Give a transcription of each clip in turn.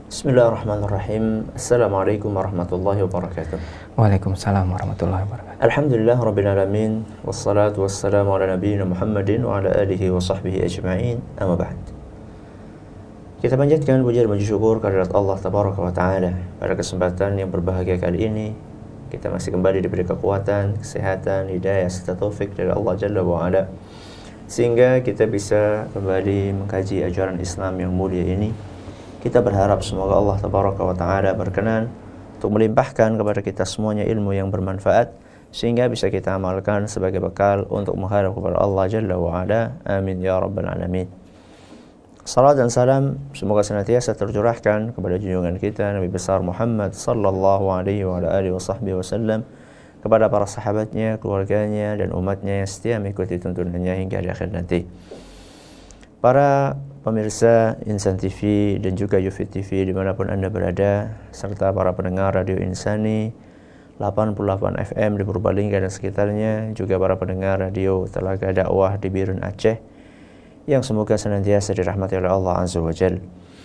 Bismillahirrahmanirrahim. Assalamualaikum warahmatullahi wabarakatuh. Waalaikumsalam warahmatullahi wabarakatuh. Alhamdulillah rabbil alamin, wassalatu wassalamu ala nabiyyina Muhammadin wa ala alihi wa sahbihi ajma'in. Amma ba'd. Kita panjatkan puji dan puji syukur kehadirat Allah tabaraka wa taala. Pada kesempatan yang berbahagia kali ini, kita masih kembali diberi kekuatan, kesehatan, hidayah serta taufik dari Allah Jalla wa ala, sehingga kita bisa kembali mengkaji ajaran Islam yang mulia ini. Kita berharap semoga Allah tabaraka wa taala berkenan untuk melimpahkan kepada kita semuanya ilmu yang bermanfaat, sehingga bisa kita amalkan sebagai bekal untuk menghadap kepada Allah Jalla wa ala. Amin ya rabbal alamin. Salam dan salam semoga senantiasa tercurahkan kepada junjungan kita Nabi besar Muhammad sallallahu alaihi wa ala alihi wasallam, kepada para sahabatnya, keluarganya dan umatnya yang setia mengikuti tuntunannya hingga di akhir nanti. Para pemirsa Insan TV dan juga Yufid TV dimanapun Anda berada, serta para pendengar Radio Insani 88 FM di Purbalingga dan sekitarnya, juga para pendengar radio Telaga Dakwah di Birun Aceh, yang semoga senantiasa dirahmati oleh Allah Azza wa Jalla.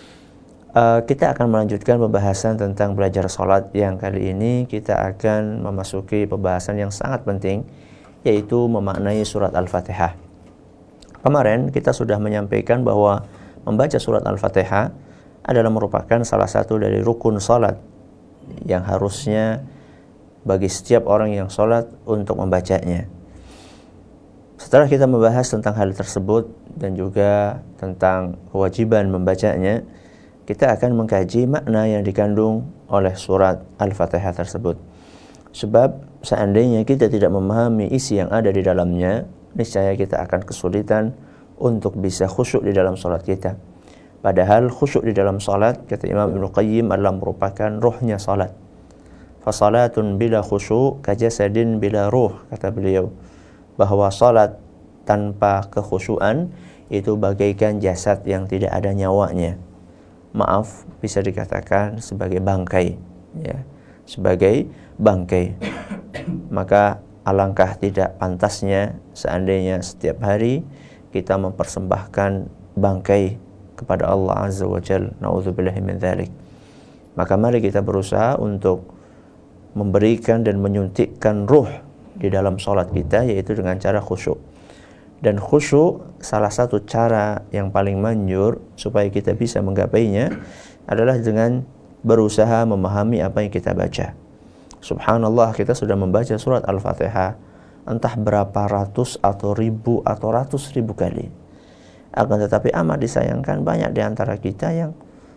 Kita akan melanjutkan pembahasan tentang belajar salat, yang kali ini kita akan memasuki pembahasan yang sangat penting, yaitu memaknai surat Al-Fatihah. Kemarin kita sudah menyampaikan bahwa membaca surat Al-Fatihah adalah merupakan salah satu dari rukun salat yang harusnya bagi setiap orang yang salat untuk membacanya. Setelah kita membahas tentang hal tersebut dan juga tentang kewajiban membacanya, kita akan mengkaji makna yang dikandung oleh surat Al-Fatihah tersebut. Sebab seandainya kita tidak memahami isi yang ada di dalamnya, niscaya kita akan kesulitan untuk bisa khusyuk di dalam salat kita. Padahal khusyuk di dalam salat, kata Imam Ibnu Qayyim, adalah merupakan ruhnya salat. Fasalatun bila khusyuk kajasadin bila ruh, kata beliau, bahwa salat tanpa kekhusyuan itu bagaikan jasad yang tidak ada nyawanya. Maaf, bisa dikatakan sebagai bangkai, ya, sebagai bangkai. Maka alangkah tidak pantasnya seandainya setiap hari kita mempersembahkan bangkai kepada Allah Azza wa Jalla. Na'udzubillahi min dzalik. Maka mari kita berusaha untuk memberikan dan menyuntikkan ruh di dalam salat kita, yaitu dengan cara khusyuk. Dan khusyuk, salah satu cara yang paling manjur supaya kita bisa menggapainya adalah dengan berusaha memahami apa yang kita baca. Subhanallah, kita sudah membaca surat Al-Fatihah entah berapa ratus atau ribu atau ratus ribu kali. Akan tetapi amat disayangkan banyak di antara kita yang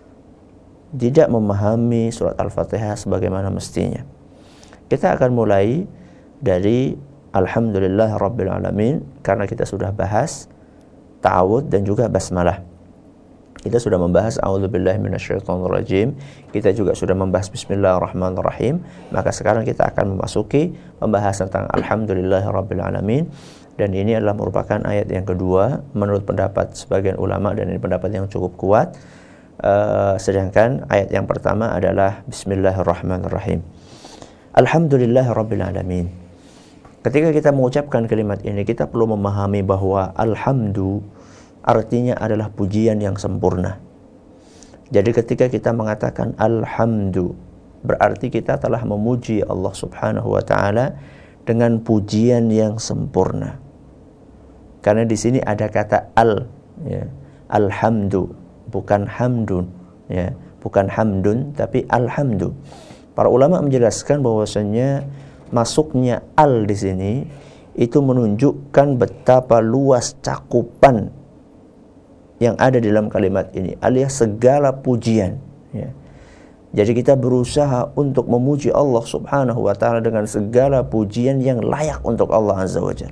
tidak memahami surat Al-Fatihah sebagaimana mestinya. Kita akan mulai dari Alhamdulillah Rabbil Alamin, karena kita sudah bahas ta'awud dan juga basmalah. Kita sudah membahas A'udzubillahi minasyaitonirrajim. Kita juga sudah membahas Bismillahirrahmanirrahim. Maka sekarang kita akan memasuki pembahasan tentang Alhamdulillah Rabbil Alamin. Dan ini adalah merupakan ayat yang kedua menurut pendapat sebagian ulama, dan ini pendapat yang cukup kuat. Sedangkan ayat yang pertama adalah Bismillahirrahmanirrahim. Alhamdulillah Rabbil Alamin. Ketika kita mengucapkan kalimat ini, kita perlu memahami bahwa alhamdu artinya adalah pujian yang sempurna. Jadi ketika kita mengatakan alhamdu, berarti kita telah memuji Allah Subhanahu wa taala dengan pujian yang sempurna. Karena di sini ada kata al, ya. Alhamdu, bukan hamdun, ya. Bukan hamdun tapi alhamdu. Para ulama menjelaskan bahwasanya masuknya al di sini itu menunjukkan betapa luas cakupan yang ada di dalam kalimat ini, alias segala pujian, ya. Jadi kita berusaha untuk memuji Allah Subhanahu wa taala dengan segala pujian yang layak untuk Allah Azza wa Jalla.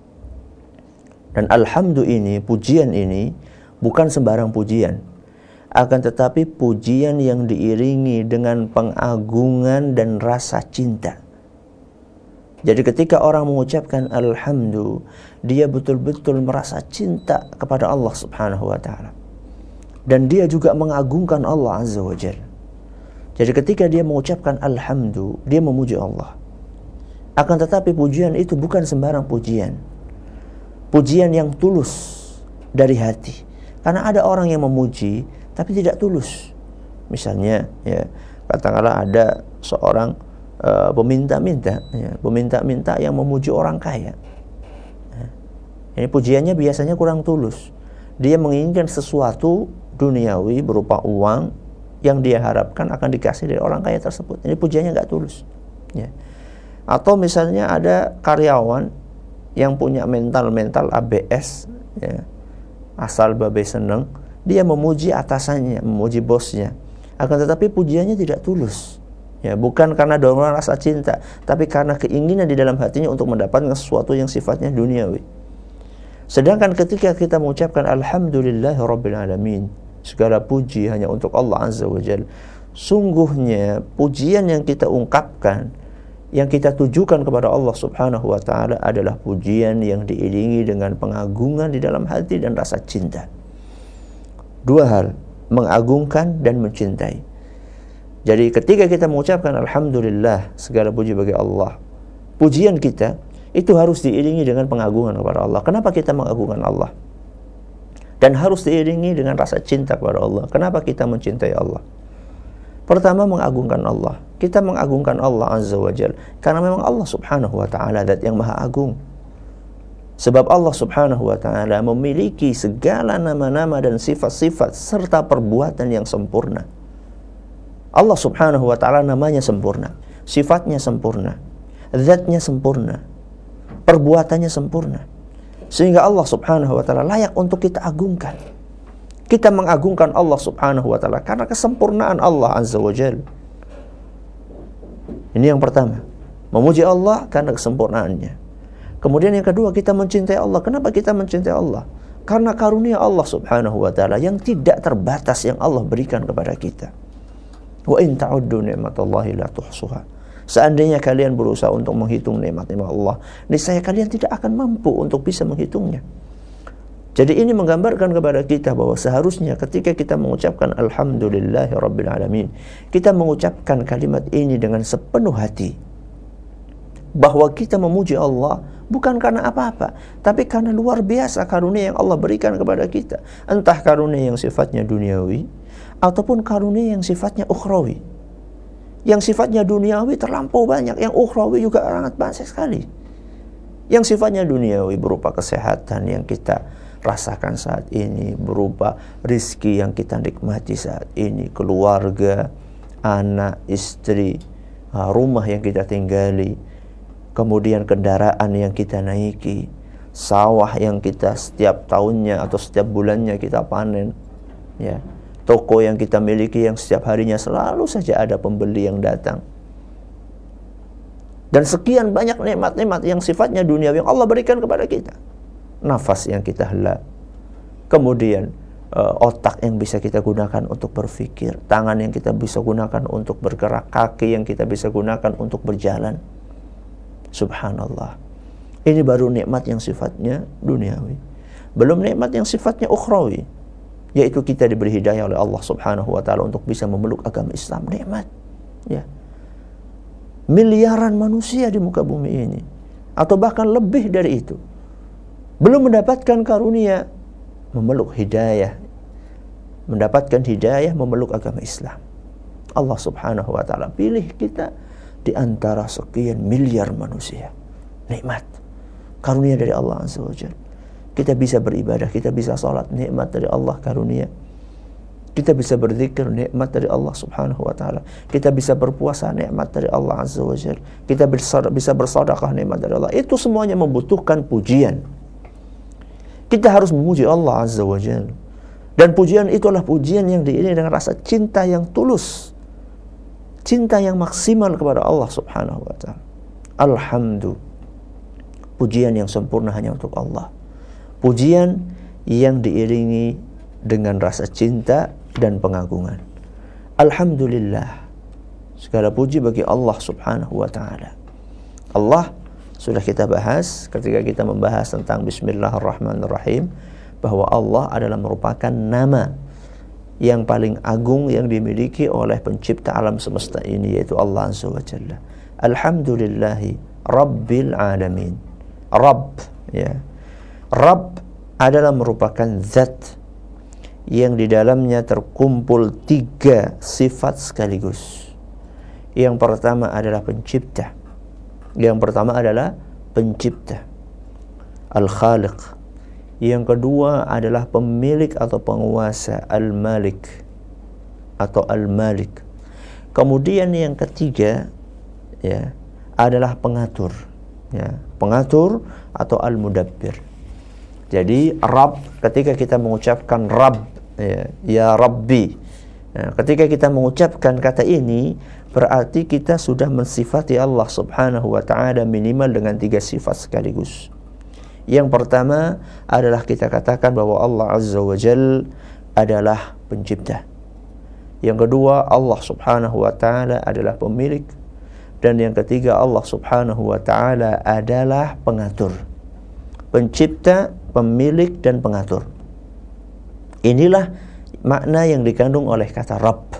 Dan alhamdu ini, pujian ini bukan sembarang pujian, akan tetapi pujian yang diiringi dengan pengagungan dan rasa cinta. Jadi ketika orang mengucapkan alhamdu, dia betul-betul merasa cinta kepada Allah Subhanahu wa taala. Dan dia juga mengagungkan Allah Azza wa Jalla. Jadi ketika dia mengucapkan alhamdu, dia memuji Allah. Akan tetapi pujian itu bukan sembarang pujian. Pujian yang tulus dari hati. Karena ada orang yang memuji tapi tidak tulus. Misalnya ya, katakanlah ada seorang peminta-minta yang memuji orang kaya. Ini pujiannya biasanya kurang tulus. Dia menginginkan sesuatu duniawi berupa uang yang dia harapkan akan dikasih dari orang kaya tersebut. Ini pujiannya nggak tulus. Ya. Atau misalnya ada karyawan yang punya mental ABS, ya, asal babe seneng, dia memuji atasannya, memuji bosnya. Akan tetapi pujiannya tidak tulus. Ya, bukan karena dorongan rasa cinta, tapi karena keinginan di dalam hatinya untuk mendapatkan sesuatu yang sifatnya duniawi. Sedangkan ketika kita mengucapkan alhamdulillahirabbil alamin, segala puji hanya untuk Allah Azza wa Jalla, sungguhnya pujian yang kita ungkapkan, yang kita tujukan kepada Allah Subhanahu wa taala adalah pujian yang diiringi dengan pengagungan di dalam hati dan rasa cinta. Dua hal, mengagungkan dan mencintai. Jadi ketika kita mengucapkan alhamdulillah, segala puji bagi Allah, pujian kita itu harus diiringi dengan pengagungan kepada Allah. Kenapa kita mengagungkan Allah? Dan harus diiringi dengan rasa cinta kepada Allah. Kenapa kita mencintai Allah? Pertama, mengagungkan Allah. Kita mengagungkan Allah Azza wa Jalla karena memang Allah Subhanahu wa ta'ala zat yang maha agung. Sebab Allah Subhanahu wa ta'ala memiliki segala nama-nama dan sifat-sifat serta perbuatan yang sempurna. Allah Subhanahu wa ta'ala namanya sempurna, sifatnya sempurna, zatnya sempurna, perbuatannya sempurna, sehingga Allah Subhanahu wa ta'ala layak untuk kita agungkan. Kita mengagungkan Allah Subhanahu wa ta'ala karena kesempurnaan Allah Azza wa Jalla. Ini yang pertama, memuji Allah karena kesempurnaannya. Kemudian yang kedua, kita mencintai Allah. Kenapa kita mencintai Allah? Karena karunia Allah Subhanahu wa ta'ala yang tidak terbatas yang Allah berikan kepada kita. Wa in ta'uddu ni'matallahi la tuhsuha. Seandainya kalian berusaha untuk menghitung nikmat-nikmat Allah, niscaya kalian tidak akan mampu untuk bisa menghitungnya. Jadi ini menggambarkan kepada kita bahwa seharusnya ketika kita mengucapkan alhamdulillahirabbil alamin, kita mengucapkan kalimat ini dengan sepenuh hati. Bahwa kita memuji Allah bukan karena apa-apa, tapi karena luar biasa karunia yang Allah berikan kepada kita. Entah karunia yang sifatnya duniawi ataupun karunia yang sifatnya ukhrawi. Yang sifatnya duniawi terlampau banyak, yang ukhrawi juga sangat banyak sekali. Yang sifatnya duniawi berupa kesehatan yang kita rasakan saat ini, berupa rizki yang kita nikmati saat ini, keluarga, anak, istri, rumah yang kita tinggali, kemudian kendaraan yang kita naiki, sawah yang kita setiap tahunnya atau setiap bulannya kita panen, ya. Toko yang kita miliki yang setiap harinya selalu saja ada pembeli yang datang. Dan sekian banyak nikmat-nikmat yang sifatnya duniawi yang Allah berikan kepada kita. Nafas yang kita hela. Kemudian otak yang bisa kita gunakan untuk berpikir, tangan yang kita bisa gunakan untuk bergerak, kaki yang kita bisa gunakan untuk berjalan. Subhanallah. Ini baru nikmat yang sifatnya duniawi. Belum nikmat yang sifatnya ukhrawi, yaitu kita diberi hidayah oleh Allah Subhanahu wa ta'ala untuk bisa memeluk agama Islam. Nikmat, ya. Miliaran manusia di muka bumi ini, atau bahkan lebih dari itu, belum mendapatkan karunia memeluk hidayah, mendapatkan hidayah memeluk agama Islam. Allah Subhanahu wa ta'ala pilih kita di antara sekian miliar manusia. Nikmat, karunia dari Allah Azza wa Jalla. Kita bisa beribadah, kita bisa sholat, nikmat dari Allah karunia. Kita bisa berzikir, nikmat dari Allah Subhanahu wa ta'ala. Kita bisa berpuasa, nikmat dari Allah Azza wa Jalla. Kita bisa bersedekah, nikmat dari Allah. Itu semuanya membutuhkan pujian. Kita harus memuji Allah Azza wa Jalla. Dan pujian itulah pujian yang diiringi dengan rasa cinta yang tulus, cinta yang maksimal kepada Allah Subhanahu wa ta'ala. Alhamdulillah, pujian yang sempurna hanya untuk Allah. Pujian yang diiringi dengan rasa cinta dan pengagungan. Alhamdulillah, segala puji bagi Allah Subhanahu wa ta'ala. Allah sudah kita bahas ketika kita membahas tentang Bismillahirrahmanirrahim, bahwa Allah adalah merupakan nama yang paling agung yang dimiliki oleh pencipta alam semesta ini, yaitu Allah Azza wa Jalla. Alhamdulillahi Rabbil Alamin. Rabb, ya. Rabb adalah merupakan zat yang di dalamnya terkumpul 3 sifat sekaligus. Yang pertama adalah pencipta. Al-Khaliq. Yang kedua adalah pemilik atau penguasa, Al-Malik atau Al-Malik. Kemudian yang ketiga ya adalah pengatur, ya, pengatur atau Al-Mudabbir. Jadi Rabb, ketika kita mengucapkan Rabb, ya Rabbi, nah, ketika kita mengucapkan kata ini berarti kita sudah mensifati Allah subhanahu wa ta'ala minimal dengan 3 sifat sekaligus. Yang pertama adalah kita katakan bahwa Allah azza wa jal adalah pencipta. Yang kedua, Allah subhanahu wa ta'ala adalah pemilik. Dan yang ketiga, Allah subhanahu wa ta'ala adalah pengatur. Pencipta, pemilik, dan pengatur. Inilah makna yang dikandung oleh kata Rabb.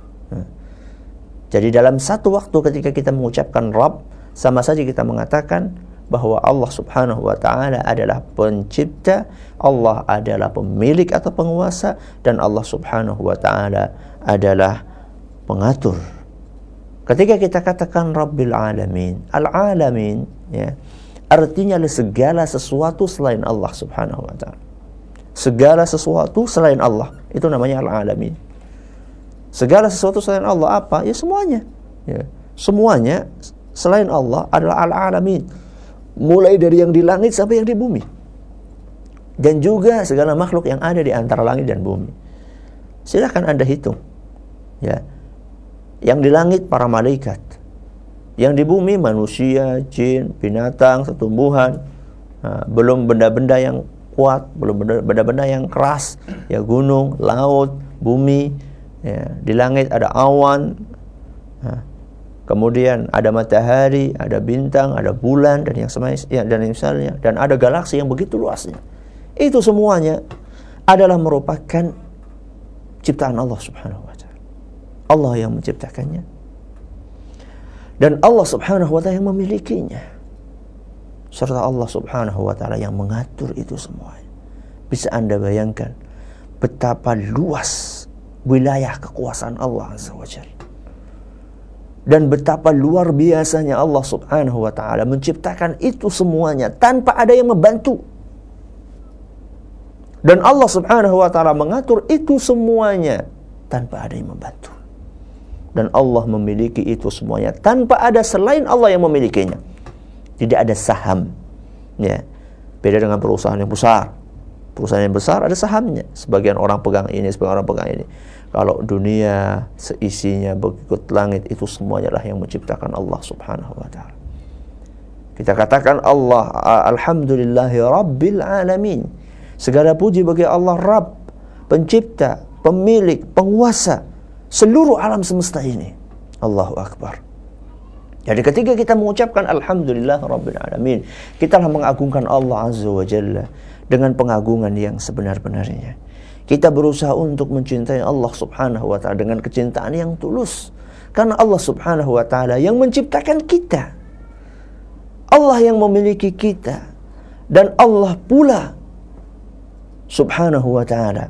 Jadi dalam satu waktu ketika kita mengucapkan Rabb, sama saja kita mengatakan bahwa Allah subhanahu wa ta'ala adalah pencipta, Allah adalah pemilik atau penguasa, dan Allah subhanahu wa ta'ala adalah pengatur. Ketika kita katakan Rabbil Alamin, Al-Alamin, ya, artinya segala sesuatu selain Allah subhanahu wa ta'ala. Segala sesuatu selain Allah, itu namanya Al-Alamin. Segala sesuatu selain Allah apa? Ya semuanya, ya. Semuanya selain Allah adalah Al-Alamin. Mulai dari yang di langit sampai yang di bumi. Dan juga segala makhluk yang ada di antara langit dan bumi. Silahkan Anda hitung, ya. Yang di langit para malaikat, yang di bumi manusia, jin, binatang, tumbuhan, belum benda-benda yang kuat, belum benda-benda yang keras, ya, gunung, laut, bumi, ya. Di langit ada awan, kemudian ada matahari, ada bintang, ada bulan, dan yang misalnya, dan ada galaksi yang begitu luasnya. Itu semuanya adalah merupakan ciptaan Allah subhanahu wa ta'ala. Allah yang menciptakannya, dan Allah subhanahu wa ta'ala yang memilikinya, serta Allah subhanahu wa ta'ala yang mengatur itu semuanya. Bisa Anda bayangkan betapa luas wilayah kekuasaan Allah azza wa jalla, dan betapa luar biasanya Allah subhanahu wa ta'ala menciptakan itu semuanya tanpa ada yang membantu. Dan Allah subhanahu wa ta'ala mengatur itu semuanya tanpa ada yang membantu. Dan Allah memiliki itu semuanya tanpa ada selain Allah yang memilikinya. Tidak ada saham, ya. Beda dengan perusahaan yang besar. Perusahaan yang besar ada sahamnya. Sebagian orang pegang ini, sebagian orang pegang ini. Kalau dunia seisinya berikut langit, itu semuanya lah yang menciptakan Allah subhanahu wa ta'ala. Kita katakan Allah, alhamdulillahi rabbil alamin. Segala puji bagi Allah Rabb, pencipta, pemilik, penguasa seluruh alam semesta ini. Allahu Akbar. Jadi ketika kita mengucapkan alhamdulillah rabbil alamin, kita telah mengagungkan Allah azza wa jalla dengan pengagungan yang sebenar-benarnya. Kita berusaha untuk mencintai Allah subhanahu wa ta'ala dengan kecintaan yang tulus, karena Allah subhanahu wa ta'ala yang menciptakan kita, Allah yang memiliki kita, dan Allah pula subhanahu wa ta'ala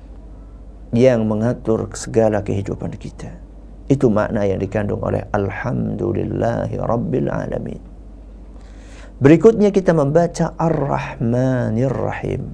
yang mengatur segala kehidupan kita. Itu makna yang dikandung oleh alhamdulillahi rabbil alamin. Berikutnya kita membaca Ar-Rahmanir Rahim.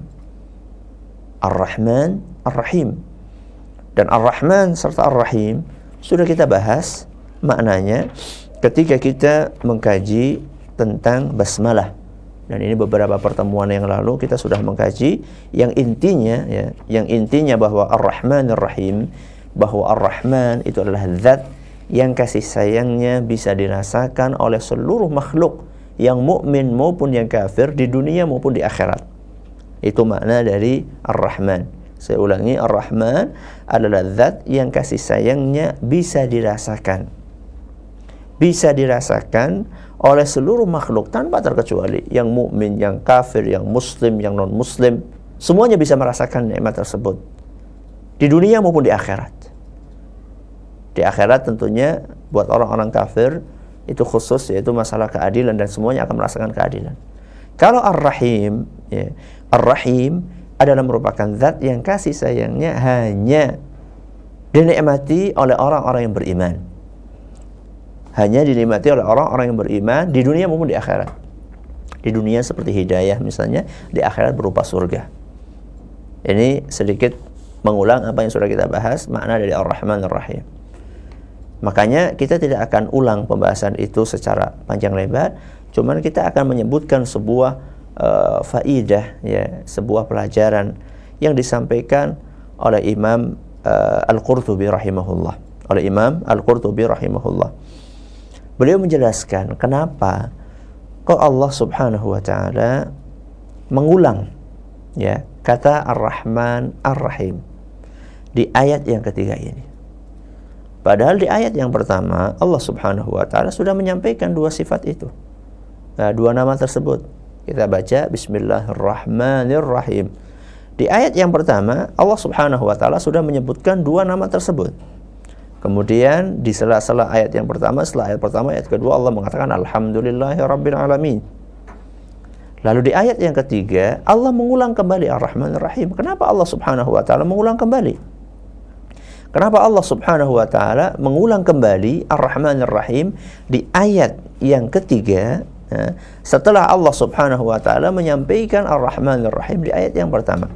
Ar-Rahman, Ar-Rahim. Dan Ar-Rahman serta Ar-Rahim sudah kita bahas maknanya ketika kita mengkaji tentang basmalah. Dan ini beberapa pertemuan yang lalu kita sudah mengkaji yang intinya, ya, yang intinya bahwa Ar-Rahmanir Rahim, bahwa Ar-Rahman itu adalah zat yang kasih sayangnya bisa dirasakan oleh seluruh makhluk, yang mukmin maupun yang kafir, di dunia maupun di akhirat. Itu makna dari Ar-Rahman. Saya ulangi, Ar-Rahman adalah zat yang kasih sayangnya bisa dirasakan. Bisa dirasakan oleh seluruh makhluk tanpa terkecuali, yang mukmin, yang kafir, yang muslim, yang non muslim, semuanya bisa merasakan nikmat tersebut di dunia maupun di akhirat. Di akhirat tentunya buat orang-orang kafir itu khusus, yaitu masalah keadilan, dan semuanya akan merasakan keadilan. Kalau Ar-Rahim, ya, Ar-Rahim adalah merupakan zat yang kasih sayangnya hanya dinikmati oleh orang-orang yang beriman. Hanya dinikmati oleh orang-orang yang beriman di dunia maupun di akhirat. Di dunia seperti hidayah misalnya, di akhirat berupa surga. Ini sedikit mengulang apa yang sudah kita bahas, makna dari Ar-Rahman Ar-Rahim. Makanya kita tidak akan ulang pembahasan itu secara panjang lebar, cuman kita akan menyebutkan sebuah faidah, ya, sebuah pelajaran yang disampaikan oleh Imam Al-Qurtubi rahimahullah. Oleh Imam Al-Qurtubi rahimahullah. Beliau menjelaskan kenapa kok Allah Subhanahu wa taala mengulang, ya, kata Ar-Rahman Ar-Rahim di ayat yang ketiga ini. Padahal di ayat yang pertama Allah Subhanahu wa taala sudah menyampaikan dua sifat itu. Nah, dua nama tersebut. Kita baca Bismillahirrahmanirrahim. Di ayat yang pertama Allah Subhanahu wa taala sudah menyebutkan dua nama tersebut. Kemudian di sela-sela ayat yang pertama, setelah ayat pertama, ayat kedua Allah mengatakan Alhamdulillahirabbil alamin. Lalu di ayat yang ketiga Allah mengulang kembali Ar-Rahman Ar-Rahim. Kenapa Allah Subhanahu wa taala mengulang kembali? Kenapa Allah Subhanahu wa taala mengulang kembali Ar-Rahman Ar-Rahim di ayat yang ketiga, setelah Allah Subhanahu wa taala menyampaikan Ar-Rahman Ar-Rahim di ayat yang pertama?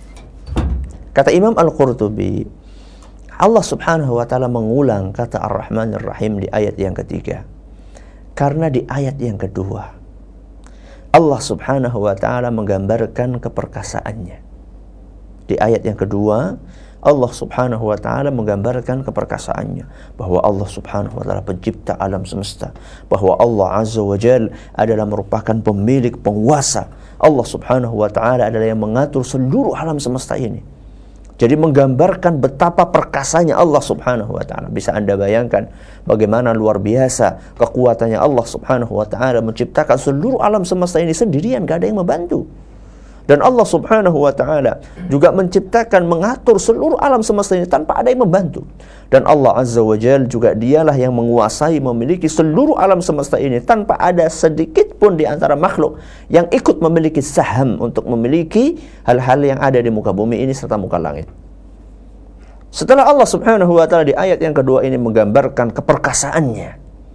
Kata Imam Al-Qurtubi, Allah Subhanahu wa taala mengulang kata Ar-Rahman Ar-Rahim di ayat yang ketiga karena di ayat yang kedua Allah Subhanahu wa taala menggambarkan keperkasaannya. Di ayat yang kedua Allah Subhanahu wa taala menggambarkan keperkasaannya, bahwa Allah Subhanahu wa taala pencipta alam semesta, bahwa Allah Azza wa Jalla adalah merupakan pemilik, penguasa. Allah Subhanahu wa taala adalah yang mengatur seluruh alam semesta ini. Jadi menggambarkan betapa perkasanya Allah Subhanahu wa taala. Bisa Anda bayangkan bagaimana luar biasa kekuatannya Allah Subhanahu wa taala menciptakan seluruh alam semesta ini sendirian, gak ada yang membantu. Dan Allah Subhanahu wa taala juga menciptakan, mengatur seluruh alam semesta ini tanpa ada yang membantu. Dan Allah Azza wa Jalla juga dialah yang menguasai, memiliki seluruh alam semesta ini tanpa ada sedikit pun di antara makhluk yang ikut memiliki saham untuk memiliki hal-hal yang ada di muka bumi ini serta muka langit. Setelah Allah Subhanahu wa taala di ayat yang kedua ini menggambarkan keperkasaannya,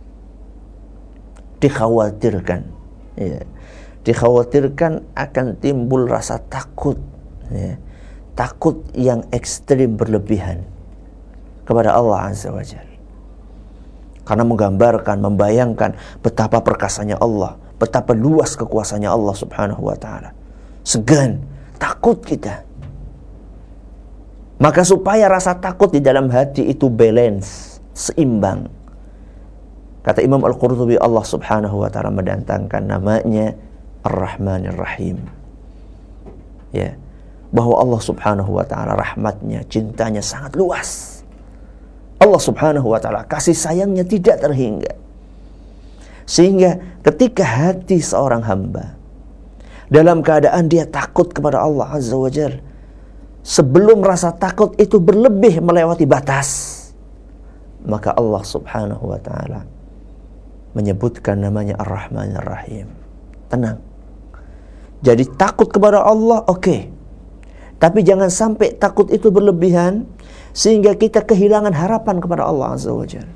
dikhawatirkan, ya, dikhawatirkan akan timbul rasa takut, ya, takut yang ekstrim berlebihan kepada Allah Azza wa Jalla. Karena menggambarkan, membayangkan betapa perkasanya Allah, betapa luas kekuasaannya Allah Subhanahu wa taala. Segan, takut kita. Maka supaya rasa takut di dalam hati itu balance, seimbang. Kata Imam Al-Qurtubi, Allah Subhanahu wa taala mendatangkan namanya Ar-Rahman Ar-Rahim. Ya, bahwa Allah Subhanahu wa taala rahmatnya, cintanya sangat luas. Allah Subhanahu wa taala kasih sayangnya tidak terhingga. Sehingga ketika hati seorang hamba dalam keadaan dia takut kepada Allah Azza wa Jalla, sebelum rasa takut itu berlebih melewati batas, maka Allah Subhanahu wa taala menyebutkan namanya Ar-Rahman Ar-Rahim. Tenang. Jadi takut kepada Allah, oke. Tapi jangan sampai takut itu berlebihan sehingga kita kehilangan harapan kepada Allah Azza wa Jalla.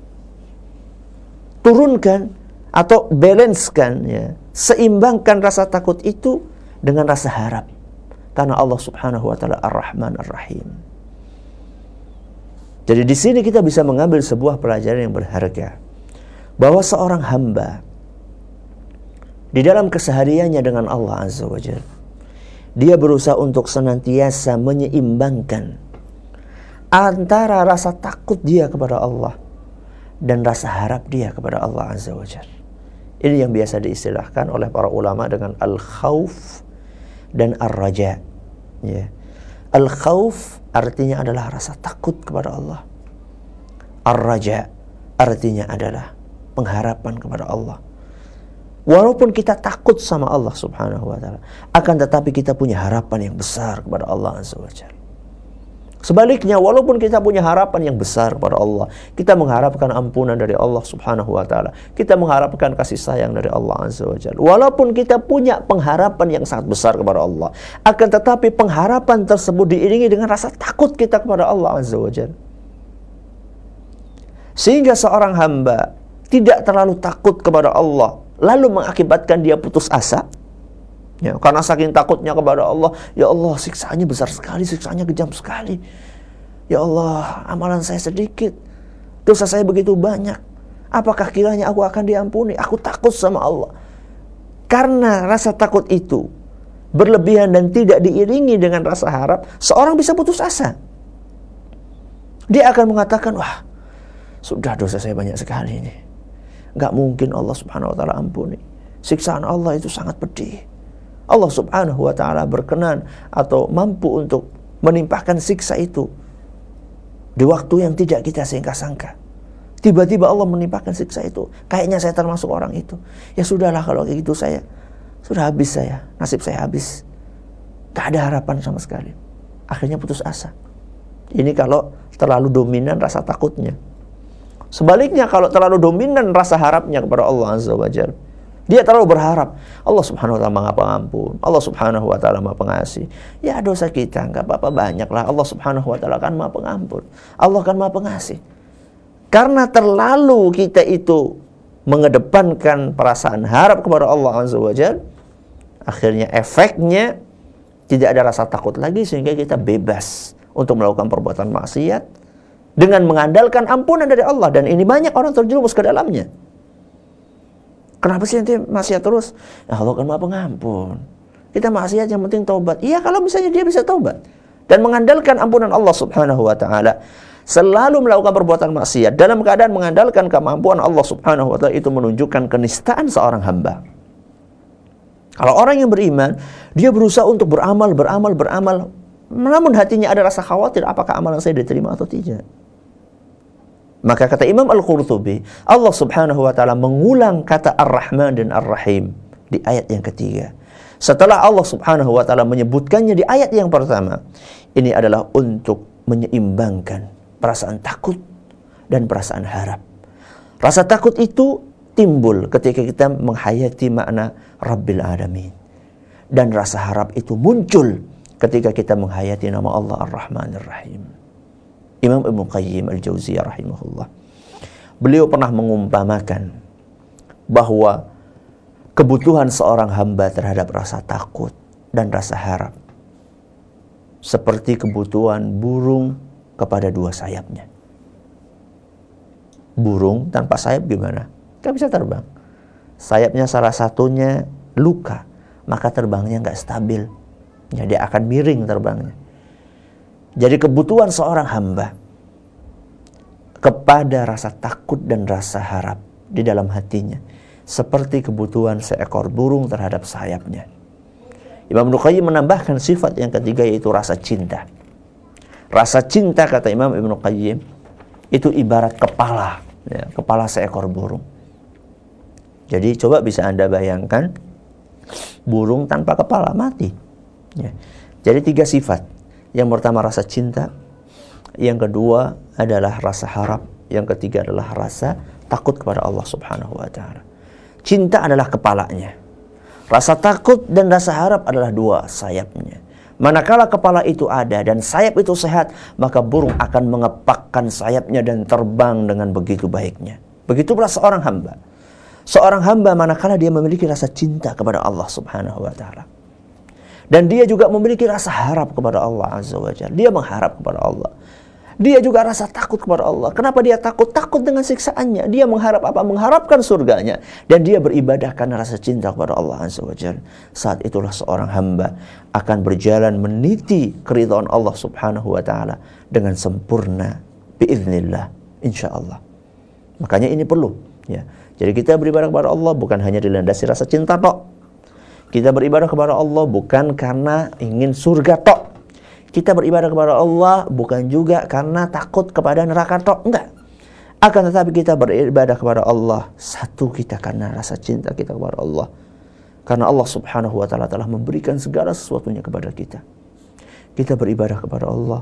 Turunkan atau balancekan, ya, seimbangkan rasa takut itu dengan rasa harap. Karena Allah Subhanahu wa taala Ar-Rahman Ar-Rahim. Jadi di sini kita bisa mengambil sebuah pelajaran yang berharga, bahwa seorang hamba di dalam kesehariannya dengan Allah Azza wa Jalla, dia berusaha untuk senantiasa menyeimbangkan antara rasa takut dia kepada Allah dan rasa harap dia kepada Allah Azza wa Jalla. Ini yang biasa diistilahkan oleh para ulama dengan al-khauf dan ar-raja. Ya. Al-khauf artinya adalah rasa takut kepada Allah. Ar-raja artinya adalah pengharapan kepada Allah. Walaupun kita takut sama Allah Subhanahu wa taala, akan tetapi kita punya harapan yang besar kepada Allah Azza wa Jalla. Sebaliknya, walaupun kita punya harapan yang besar kepada Allah, kita mengharapkan ampunan dari Allah Subhanahu wa Ta'ala, kita mengharapkan kasih sayang dari Allah Azza wa Jalla. Walaupun kita punya pengharapan yang sangat besar kepada Allah, akan tetapi pengharapan tersebut diiringi dengan rasa takut kita kepada Allah Azza wa Jalla. Sehingga seorang hamba tidak terlalu takut kepada Allah, lalu mengakibatkan dia putus asa. Ya, karena saking takutnya kepada Allah, ya Allah, siksaannya besar sekali, siksaannya kejam sekali. Ya Allah, amalan saya sedikit, dosa saya begitu banyak. Apakah kiranya aku akan diampuni? Aku takut sama Allah. Karena rasa takut itu berlebihan dan tidak diiringi dengan rasa harap, seorang bisa putus asa. Dia akan mengatakan, wah, sudah dosa saya banyak sekali ini. Gak mungkin Allah Subhanahu wa Ta'ala ampuni. Siksaan Allah itu sangat pedih. Allah Subhanahu wa Ta'ala berkenan atau mampu untuk menimpakan siksa itu di waktu yang tidak kita sangka-sangka. Tiba-tiba Allah menimpakan siksa itu. Kayaknya saya termasuk orang itu. Ya sudahlah, kalau kayak gitu saya sudah habis, nasib saya habis. Gak ada harapan sama sekali. Akhirnya putus asa. Ini kalau terlalu dominan rasa takutnya. Sebaliknya, kalau terlalu dominan rasa harapnya kepada Allah Azza wa Jalla, dia terlalu berharap Allah Subhanahu wa Ta'ala Maha Pengampun, Allah Subhanahu wa Ta'ala Maha Pengasih. Ya dosa kita enggak apa-apa, banyaklah. Allah Subhanahu wa Ta'ala kan Maha Pengampun, Allah kan Maha Pengasih. Karena terlalu kita itu mengedepankan perasaan harap kepada Allah Azza wa Jalla, akhirnya efeknya tidak ada rasa takut lagi, sehingga kita bebas untuk melakukan perbuatan maksiat dengan mengandalkan ampunan dari Allah. Dan ini banyak orang terjerumus ke dalamnya. Kenapa sih nanti maksiat terus? Ya Allah kan Maha Pengampun. Kita maksiat yang penting taubat. Iya, kalau misalnya dia bisa taubat dan mengandalkan ampunan Allah Subhanahu wa Ta'ala, selalu melakukan perbuatan maksiat dalam keadaan mengandalkan kemampuan Allah Subhanahu wa Ta'ala, itu menunjukkan kenistaan seorang hamba. Kalau orang yang beriman, dia berusaha untuk beramal, namun hatinya ada rasa khawatir, apakah amalan saya diterima atau tidak. Maka kata Imam Al-Qurtubi, Allah Subhanahu wa Ta'ala mengulang kata Ar-Rahman dan Ar-Rahim di ayat yang ketiga. Setelah Allah Subhanahu wa Ta'ala menyebutkannya di ayat yang pertama, ini adalah untuk menyeimbangkan perasaan takut dan perasaan harap. Rasa takut itu timbul ketika kita menghayati makna Rabbil Alamin. Dan rasa harap itu muncul ketika kita menghayati nama Allah Ar-Rahman Ar-Rahim. Imam Ibnu Qayyim Al-Jauziyah rahimahullah, beliau pernah mengumpamakan bahwa kebutuhan seorang hamba terhadap rasa takut dan rasa harap seperti kebutuhan burung kepada dua sayapnya. Burung tanpa sayap gimana? Gak bisa terbang. Sayapnya salah satunya luka, maka terbangnya gak stabil. Jadi akan miring terbangnya. Jadi kebutuhan seorang hamba kepada rasa takut dan rasa harap di dalam hatinya seperti kebutuhan seekor burung terhadap sayapnya. Imam Ibnu Qayyim menambahkan sifat yang ketiga, yaitu rasa cinta. Rasa cinta, kata Imam Ibnu Qayyim, itu ibarat kepala, kepala seekor burung. Jadi coba bisa Anda bayangkan burung tanpa kepala, mati. Jadi tiga sifat. Yang pertama rasa cinta, yang kedua adalah rasa harap, yang ketiga adalah rasa takut kepada Allah Subhanahu wa Ta'ala. Cinta adalah kepalanya, rasa takut dan rasa harap adalah dua sayapnya. Manakala kepala itu ada dan sayap itu sehat, maka burung akan mengepakkan sayapnya dan terbang dengan begitu baiknya. Begitu pula seorang hamba. Seorang hamba manakala dia memiliki rasa cinta kepada Allah Subhanahu wa Ta'ala, dan dia juga memiliki rasa harap kepada Allah Azza wa Jalla. Dia mengharap kepada Allah. Dia juga rasa takut kepada Allah. Kenapa dia takut? Takut dengan siksaannya. Dia mengharap apa? Mengharapkan surganya. Dan dia beribadah karena rasa cinta kepada Allah Azza wa Jalla. Saat itulah seorang hamba akan berjalan meniti keridhaan Allah Subhanahu wa Ta'ala dengan sempurna biiznillah, insyaallah. Makanya ini perlu, ya. Jadi kita beribadah kepada Allah bukan hanya dilandasi rasa cinta tok. Kita beribadah kepada Allah bukan karena ingin surga tok. Kita beribadah kepada Allah bukan juga karena takut kepada neraka tok. Enggak. Akan tetapi kita beribadah kepada Allah, satu, kita karena rasa cinta kita kepada Allah. Karena Allah Subhanahu wa Ta'ala telah memberikan segala sesuatunya kepada kita. Kita beribadah kepada Allah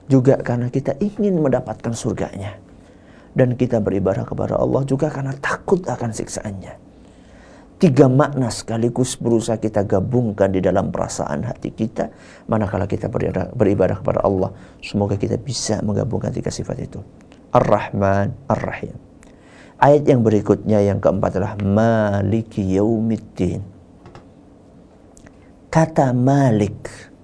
juga karena kita ingin mendapatkan surganya. Dan kita beribadah kepada Allah juga karena takut akan siksaannya. 3 makna sekaligus berusaha kita gabungkan di dalam perasaan hati kita manakala kita beribadah kepada Allah. Semoga kita bisa menggabungkan 3 sifat itu. Ar-Rahman, Ar-Rahim. Ayat yang berikutnya yang keempat adalah Maliki Yaumiddin. Kata Malik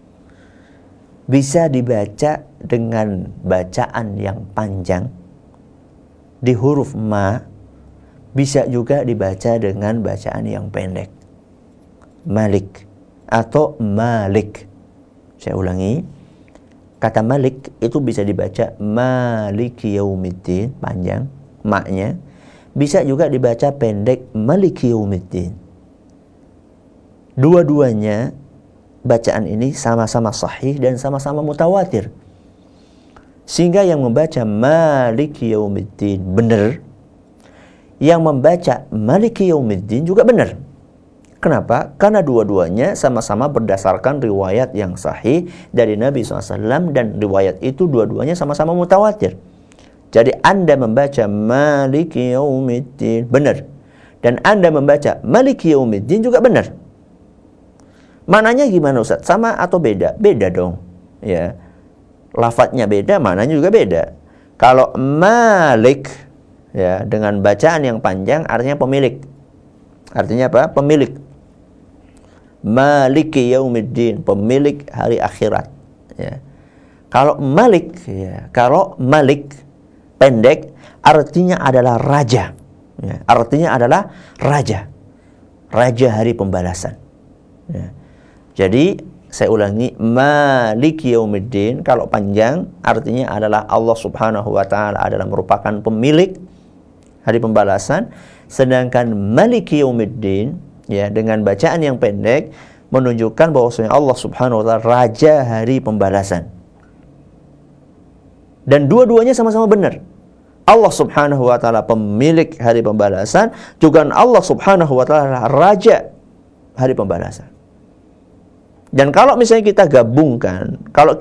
bisa dibaca dengan bacaan yang panjang di huruf ma, bisa juga dibaca dengan bacaan yang pendek. Malik atau Malik. Saya ulangi. Kata Malik itu bisa dibaca Maliki Yaumiddin, panjang maknya. Bisa juga dibaca pendek Maliki Yaumiddin. Dua-duanya bacaan ini sama-sama sahih dan sama-sama mutawatir. Sehingga yang membaca Maliki Yaumiddin benar, yang membaca Maliki Yaumiddin juga benar. Kenapa? Karena dua-duanya sama-sama berdasarkan riwayat yang sahih dari Nabi SAW, dan riwayat itu dua-duanya sama-sama mutawatir. Jadi Anda membaca Maliki Yaumiddin benar, dan Anda membaca Maliki Yaumiddin juga benar. Mananya gimana Ustaz? Sama atau beda? Beda dong. Ya. Lafadznya beda, mananya juga beda. Kalau Malik ya dengan bacaan yang panjang artinya pemilik. Artinya apa? Pemilik. Maliki Yaumiddin, pemilik hari akhirat. Ya. Kalau Malik ya, kalau Malik pendek artinya adalah raja. Ya. Artinya adalah raja. Raja hari pembalasan. Ya. Jadi saya ulangi, Maliki Yaumiddin kalau panjang artinya adalah Allah Subhanahu wa taala adalah merupakan pemilik hari pembalasan, sedangkan Maliki Yaumiddin ya dengan bacaan yang pendek menunjukkan bahwasanya Allah Subhanahu wa taala raja hari pembalasan. Dan dua-duanya sama-sama benar. Allah Subhanahu wa taala pemilik hari pembalasan, juga Allah Subhanahu wa taala raja hari pembalasan. Dan kalau misalnya kita gabungkan,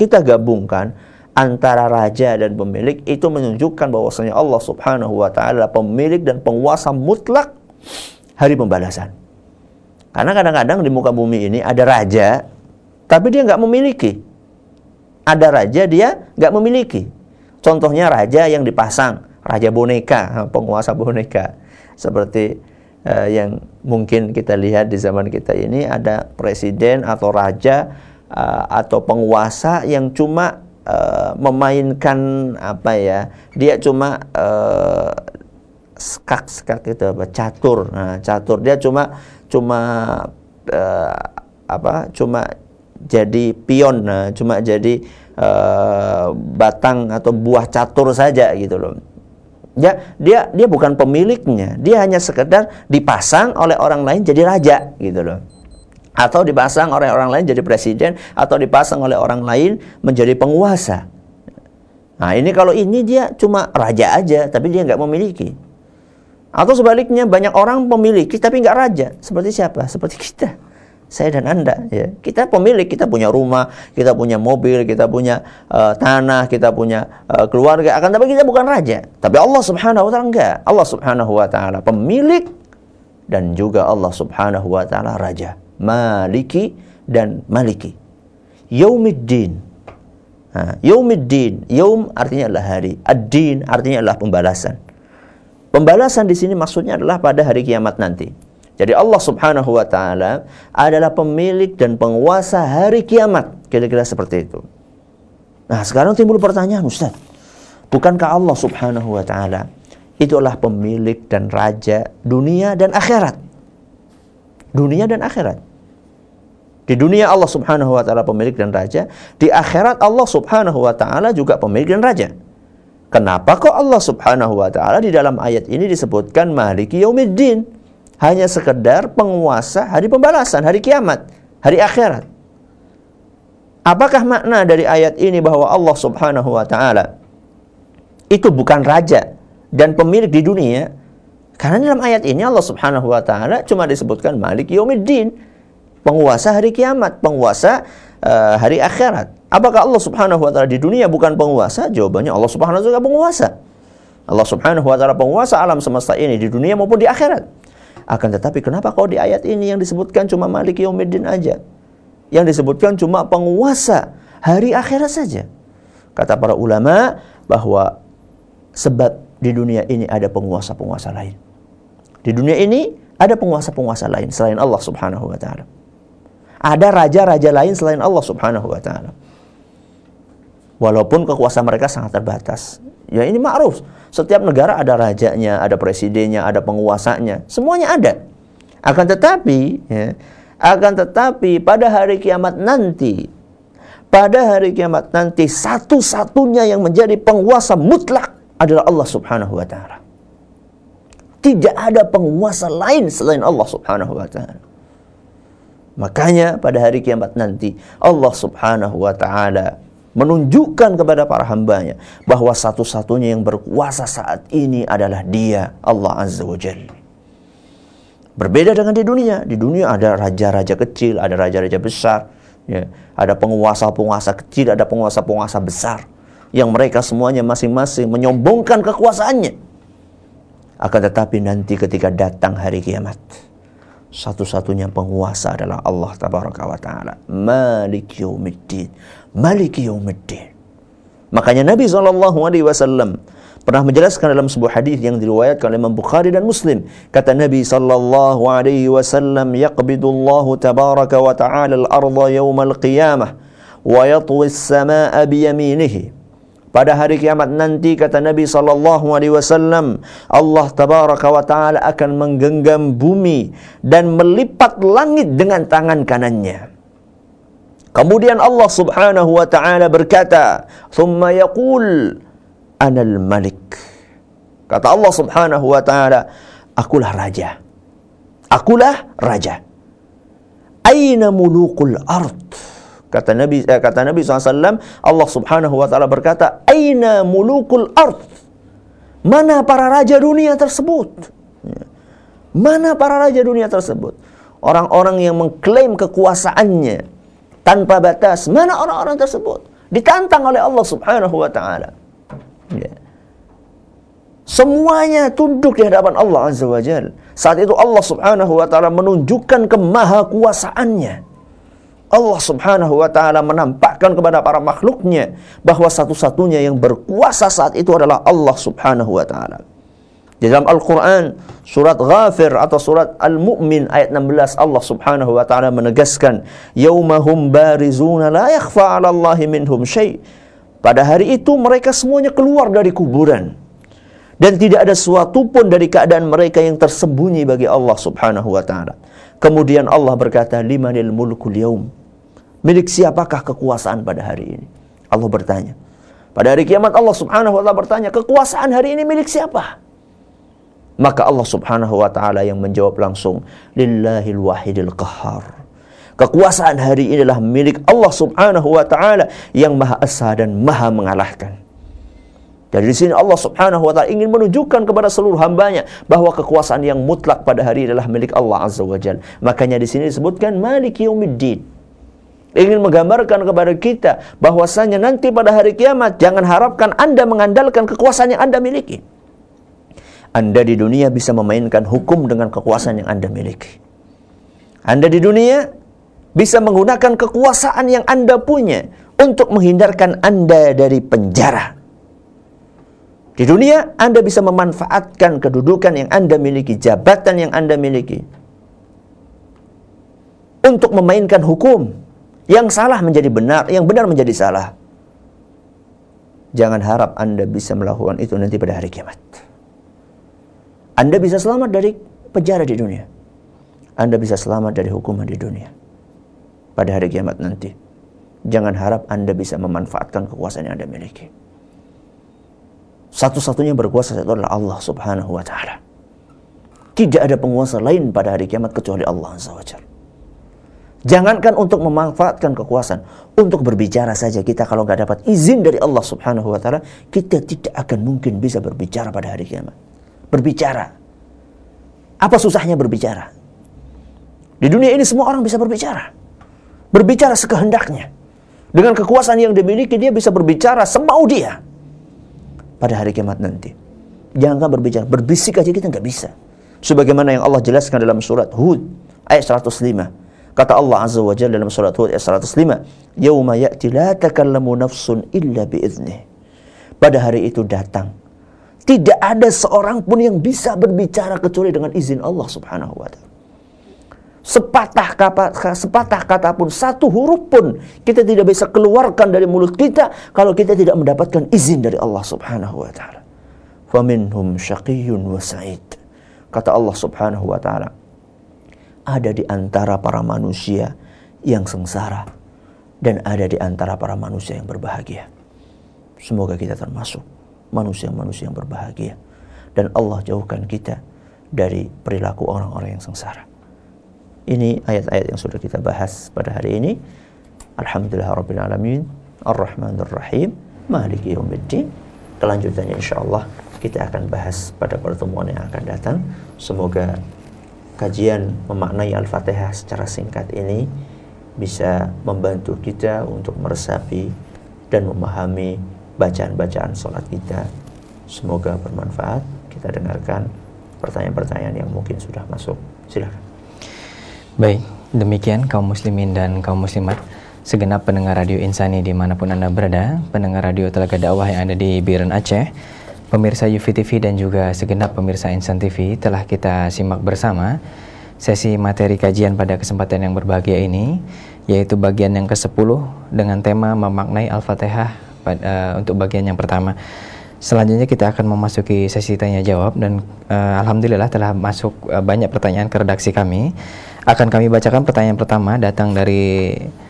antara raja dan pemilik, itu menunjukkan bahwasanya Allah Subhanahu wa taala pemilik dan penguasa mutlak hari pembalasan. Karena kadang-kadang di muka bumi ini ada raja, tapi dia nggak memiliki. Ada raja, dia nggak memiliki. Contohnya raja yang dipasang, raja boneka, penguasa boneka. Seperti yang mungkin kita lihat di zaman kita ini, ada presiden atau raja atau penguasa yang cuma memainkan apa ya, dia cuma skak itu apa, catur. Nah, catur dia cuma jadi pion, cuma jadi batang atau buah catur saja gitu loh. Dia bukan pemiliknya, dia hanya sekedar dipasang oleh orang lain jadi raja gitu loh. Atau dipasang oleh orang lain jadi presiden, atau dipasang oleh orang lain menjadi penguasa. Nah ini kalau ini dia cuma raja aja, tapi dia nggak memiliki. Atau sebaliknya, banyak orang memiliki tapi nggak raja. Seperti siapa? Seperti kita, saya dan Anda ya. Kita pemilik, kita punya rumah, kita punya mobil, kita punya tanah, kita punya keluarga. Akan tapi kita bukan raja. Tapi Allah Subhanahu wa taala enggak. Allah Subhanahu wa taala pemilik dan juga Allah Subhanahu wa taala raja. Maliki dan Maliki. Yaumiddin. Yaumiddin, yaum artinya adalah hari. Ad-din artinya adalah pembalasan. Pembalasan di sini maksudnya adalah pada hari kiamat nanti. Jadi Allah Subhanahu wa taala adalah pemilik dan penguasa hari kiamat. Kira-kira seperti itu. Nah, sekarang timbul pertanyaan, Ustaz. Bukankah Allah Subhanahu wa taala itu adalah pemilik dan raja dunia dan akhirat? Dunia dan akhirat. Di dunia Allah Subhanahu wa taala pemilik dan raja, di akhirat Allah Subhanahu wa taala juga pemilik dan raja. Kenapa kok Allah Subhanahu wa taala di dalam ayat ini disebutkan Maliki Yaumiddin? Hanya sekedar penguasa hari pembalasan, hari kiamat, hari akhirat. Apakah makna dari ayat ini bahwa Allah Subhanahu wa taala itu bukan raja dan pemilik di dunia? Karena dalam ayat ini Allah Subhanahu wa taala cuma disebutkan Maliki Yaumiddin, penguasa hari kiamat, penguasa hari akhirat. Apakah Allah Subhanahu wa taala di dunia bukan penguasa? Jawabannya Allah Subhanahu wa taala penguasa. Allah Subhanahu wa taala penguasa alam semesta ini di dunia maupun di akhirat. Akan tetapi kenapa kalau di ayat ini yang disebutkan cuma Maliki Yaumiddin aja? Yang disebutkan cuma penguasa hari akhirat saja. Kata para ulama bahwa sebab di dunia ini ada penguasa-penguasa lain. Di dunia ini ada penguasa-penguasa lain selain Allah Subhanahu wa taala. Ada raja-raja lain selain Allah Subhanahu wa taala. Walaupun kekuasaan mereka sangat terbatas. Ya ini ma'ruf. Setiap negara ada rajanya, ada presidennya, ada penguasanya. Semuanya ada. Akan tetapi pada hari kiamat nanti, satu-satunya yang menjadi penguasa mutlak adalah Allah Subhanahu wa taala. Tidak ada penguasa lain selain Allah Subhanahu wa taala. Makanya pada hari kiamat nanti Allah Subhanahu wa taala menunjukkan kepada para hambanya bahwa satu-satunya yang berkuasa saat ini adalah Dia, Allah Azza wa Jalla. Berbeda dengan di dunia. Di dunia ada raja-raja kecil, ada raja-raja besar, ya. Ada penguasa-penguasa kecil, ada penguasa-penguasa besar, yang mereka semuanya masing-masing menyombongkan kekuasaannya. Akan tetapi nanti ketika datang hari kiamat, satu-satunya penguasa adalah Allah Tabaraka wa Ta'ala. Maliki Yaumiddin. Maliki Yaumiddin. Makanya Nabi SAW pernah menjelaskan dalam sebuah hadis yang diriwayatkan oleh Imam Bukhari dan Muslim. Kata Nabi SAW, yaqbidullahu tabaraka wa ta'ala al-arda yawmal qiyamah wa yatwi as-samaa'a biyaminihi. Pada hari kiamat nanti, kata Nabi SAW, Allah Tabaraka wa Ta'ala akan menggenggam bumi dan melipat langit dengan tangan kanannya. Kemudian Allah Subhanahu wa Ta'ala berkata, "Thumma yaqul Anal Malik." Kata Allah Subhanahu wa Ta'ala, akulah raja. Akulah raja. Aina mulukul ard? Kata Nabi SAW, Allah Subhanahu wa Ta'ala berkata, Aina mulukul ard? Mana para raja dunia tersebut? Mana para raja dunia tersebut? Orang-orang yang mengklaim kekuasaannya tanpa batas. Mana orang-orang tersebut? Ditantang oleh Allah Subhanahu wa Ta'ala. Ya. Semuanya tunduk di hadapan Allah Azza wa Jalla. Saat itu Allah Subhanahu wa Ta'ala menunjukkan kemahakuasaannya. Allah Subhanahu wa Ta'ala menampakkan kepada para makhluknya bahwa satu-satunya yang berkuasa saat itu adalah Allah Subhanahu wa Ta'ala. Di dalam Al-Quran, surat Ghafir atau surat Al-Mu'min ayat 16, Allah Subhanahu wa Ta'ala menegaskan, Yaumahum barizuna la yakhfa 'ala Allahi minhum syai'. Pada hari itu mereka semuanya keluar dari kuburan, dan tidak ada suatu pun dari keadaan mereka yang tersembunyi bagi Allah Subhanahu wa Ta'ala. Kemudian Allah berkata, Limanil mulkul yaum? Milik siapakah kekuasaan pada hari ini? Allah bertanya. Pada hari kiamat Allah Subhanahu wa Ta'ala bertanya, kekuasaan hari ini milik siapa? Maka Allah Subhanahu wa Ta'ala yang menjawab langsung, Lillahil wahidil qahhar. Kekuasaan hari ini adalah milik Allah Subhanahu wa Ta'ala yang Maha Esa dan Maha mengalahkan. Dari sini Allah Subhanahu wa Ta'ala ingin menunjukkan kepada seluruh hambanya bahwa kekuasaan yang mutlak pada hari ini adalah milik Allah Azza wa Jalla. Makanya di sini disebutkan Maliki Yaumiddin. Ingin menggambarkan kepada kita bahwasanya nanti pada hari kiamat jangan harapkan Anda mengandalkan kekuasaan yang Anda miliki. Anda di dunia bisa memainkan hukum dengan kekuasaan yang Anda miliki. Anda di dunia bisa menggunakan kekuasaan yang Anda punya untuk menghindarkan Anda dari penjara. Di dunia, Anda bisa memanfaatkan kedudukan yang Anda miliki, jabatan yang Anda miliki, untuk memainkan hukum. Yang salah menjadi benar, yang benar menjadi salah. Jangan harap Anda bisa melakukan itu nanti pada hari kiamat. Anda bisa selamat dari penjara di dunia. Anda bisa selamat dari hukuman di dunia. Pada hari kiamat nanti, jangan harap Anda bisa memanfaatkan kekuasaan yang Anda miliki. Satu-satunya berkuasa itu adalah Allah Subhanahu wa Ta'ala. Tidak ada penguasa lain pada hari kiamat kecuali Allah Azza wa Jalla. Jangankan untuk memanfaatkan kekuasaan, untuk berbicara saja kita kalau nggak dapat izin dari Allah Subhanahu wa Ta'ala, kita tidak akan mungkin bisa berbicara pada hari kiamat. Berbicara. Apa susahnya berbicara? Di dunia ini semua orang bisa berbicara. berbicara sekehendaknya. Dengan kekuasaan yang dimiliki, dia bisa berbicara semau dia pada hari kiamat nanti. Jangan berbicara, berbisik aja kita nggak bisa. Sebagaimana yang Allah jelaskan dalam surat Hud ayat 105. Kata Allah Azza wa Jalla dalam surat Hud ayat 105, "Yauma ya'ti la takallamu nafsun illa bi'idzni." Pada hari itu datang, tidak ada seorang pun yang bisa berbicara kecuali dengan izin Allah Subhanahu wa taala. Sepatah kata pun, satu huruf pun kita tidak bisa keluarkan dari mulut kita kalau kita tidak mendapatkan izin dari Allah Subhanahu wa taala. Faminhum syaqiyyun wa sa'id. Kata Allah Subhanahu wa taala, ada di antara para manusia yang sengsara dan ada di antara para manusia yang berbahagia. Semoga kita termasuk manusia-manusia yang berbahagia dan Allah jauhkan kita dari perilaku orang-orang yang sengsara. Ini ayat-ayat yang sudah kita bahas pada hari ini. Alhamdulillahirabbil alamin, Ar-Rahmanir Rahim, Maliki Yaumiddin. Kelanjutannya insyaallah kita akan bahas pada pertemuan yang akan datang. Semoga kajian memaknai Al-Fatihah secara singkat ini bisa membantu kita untuk meresapi dan memahami bacaan-bacaan sholat kita. Semoga bermanfaat. Kita dengarkan pertanyaan-pertanyaan yang mungkin sudah masuk. Silakan. Baik, demikian kaum muslimin dan kaum muslimat, segenap pendengar Radio Insani dimanapun Anda berada, pendengar Radio Telaga Dakwah yang ada di Biren Aceh, pemirsa UFI TV dan juga segenap pemirsa Insan TV, telah kita simak bersama sesi materi kajian pada kesempatan yang berbahagia ini, yaitu bagian yang ke-10 dengan tema memaknai Al-Fatihah untuk bagian yang pertama. Selanjutnya kita akan memasuki sesi tanya jawab dan alhamdulillah telah masuk banyak pertanyaan ke redaksi kami. Akan kami bacakan pertanyaan pertama, datang dari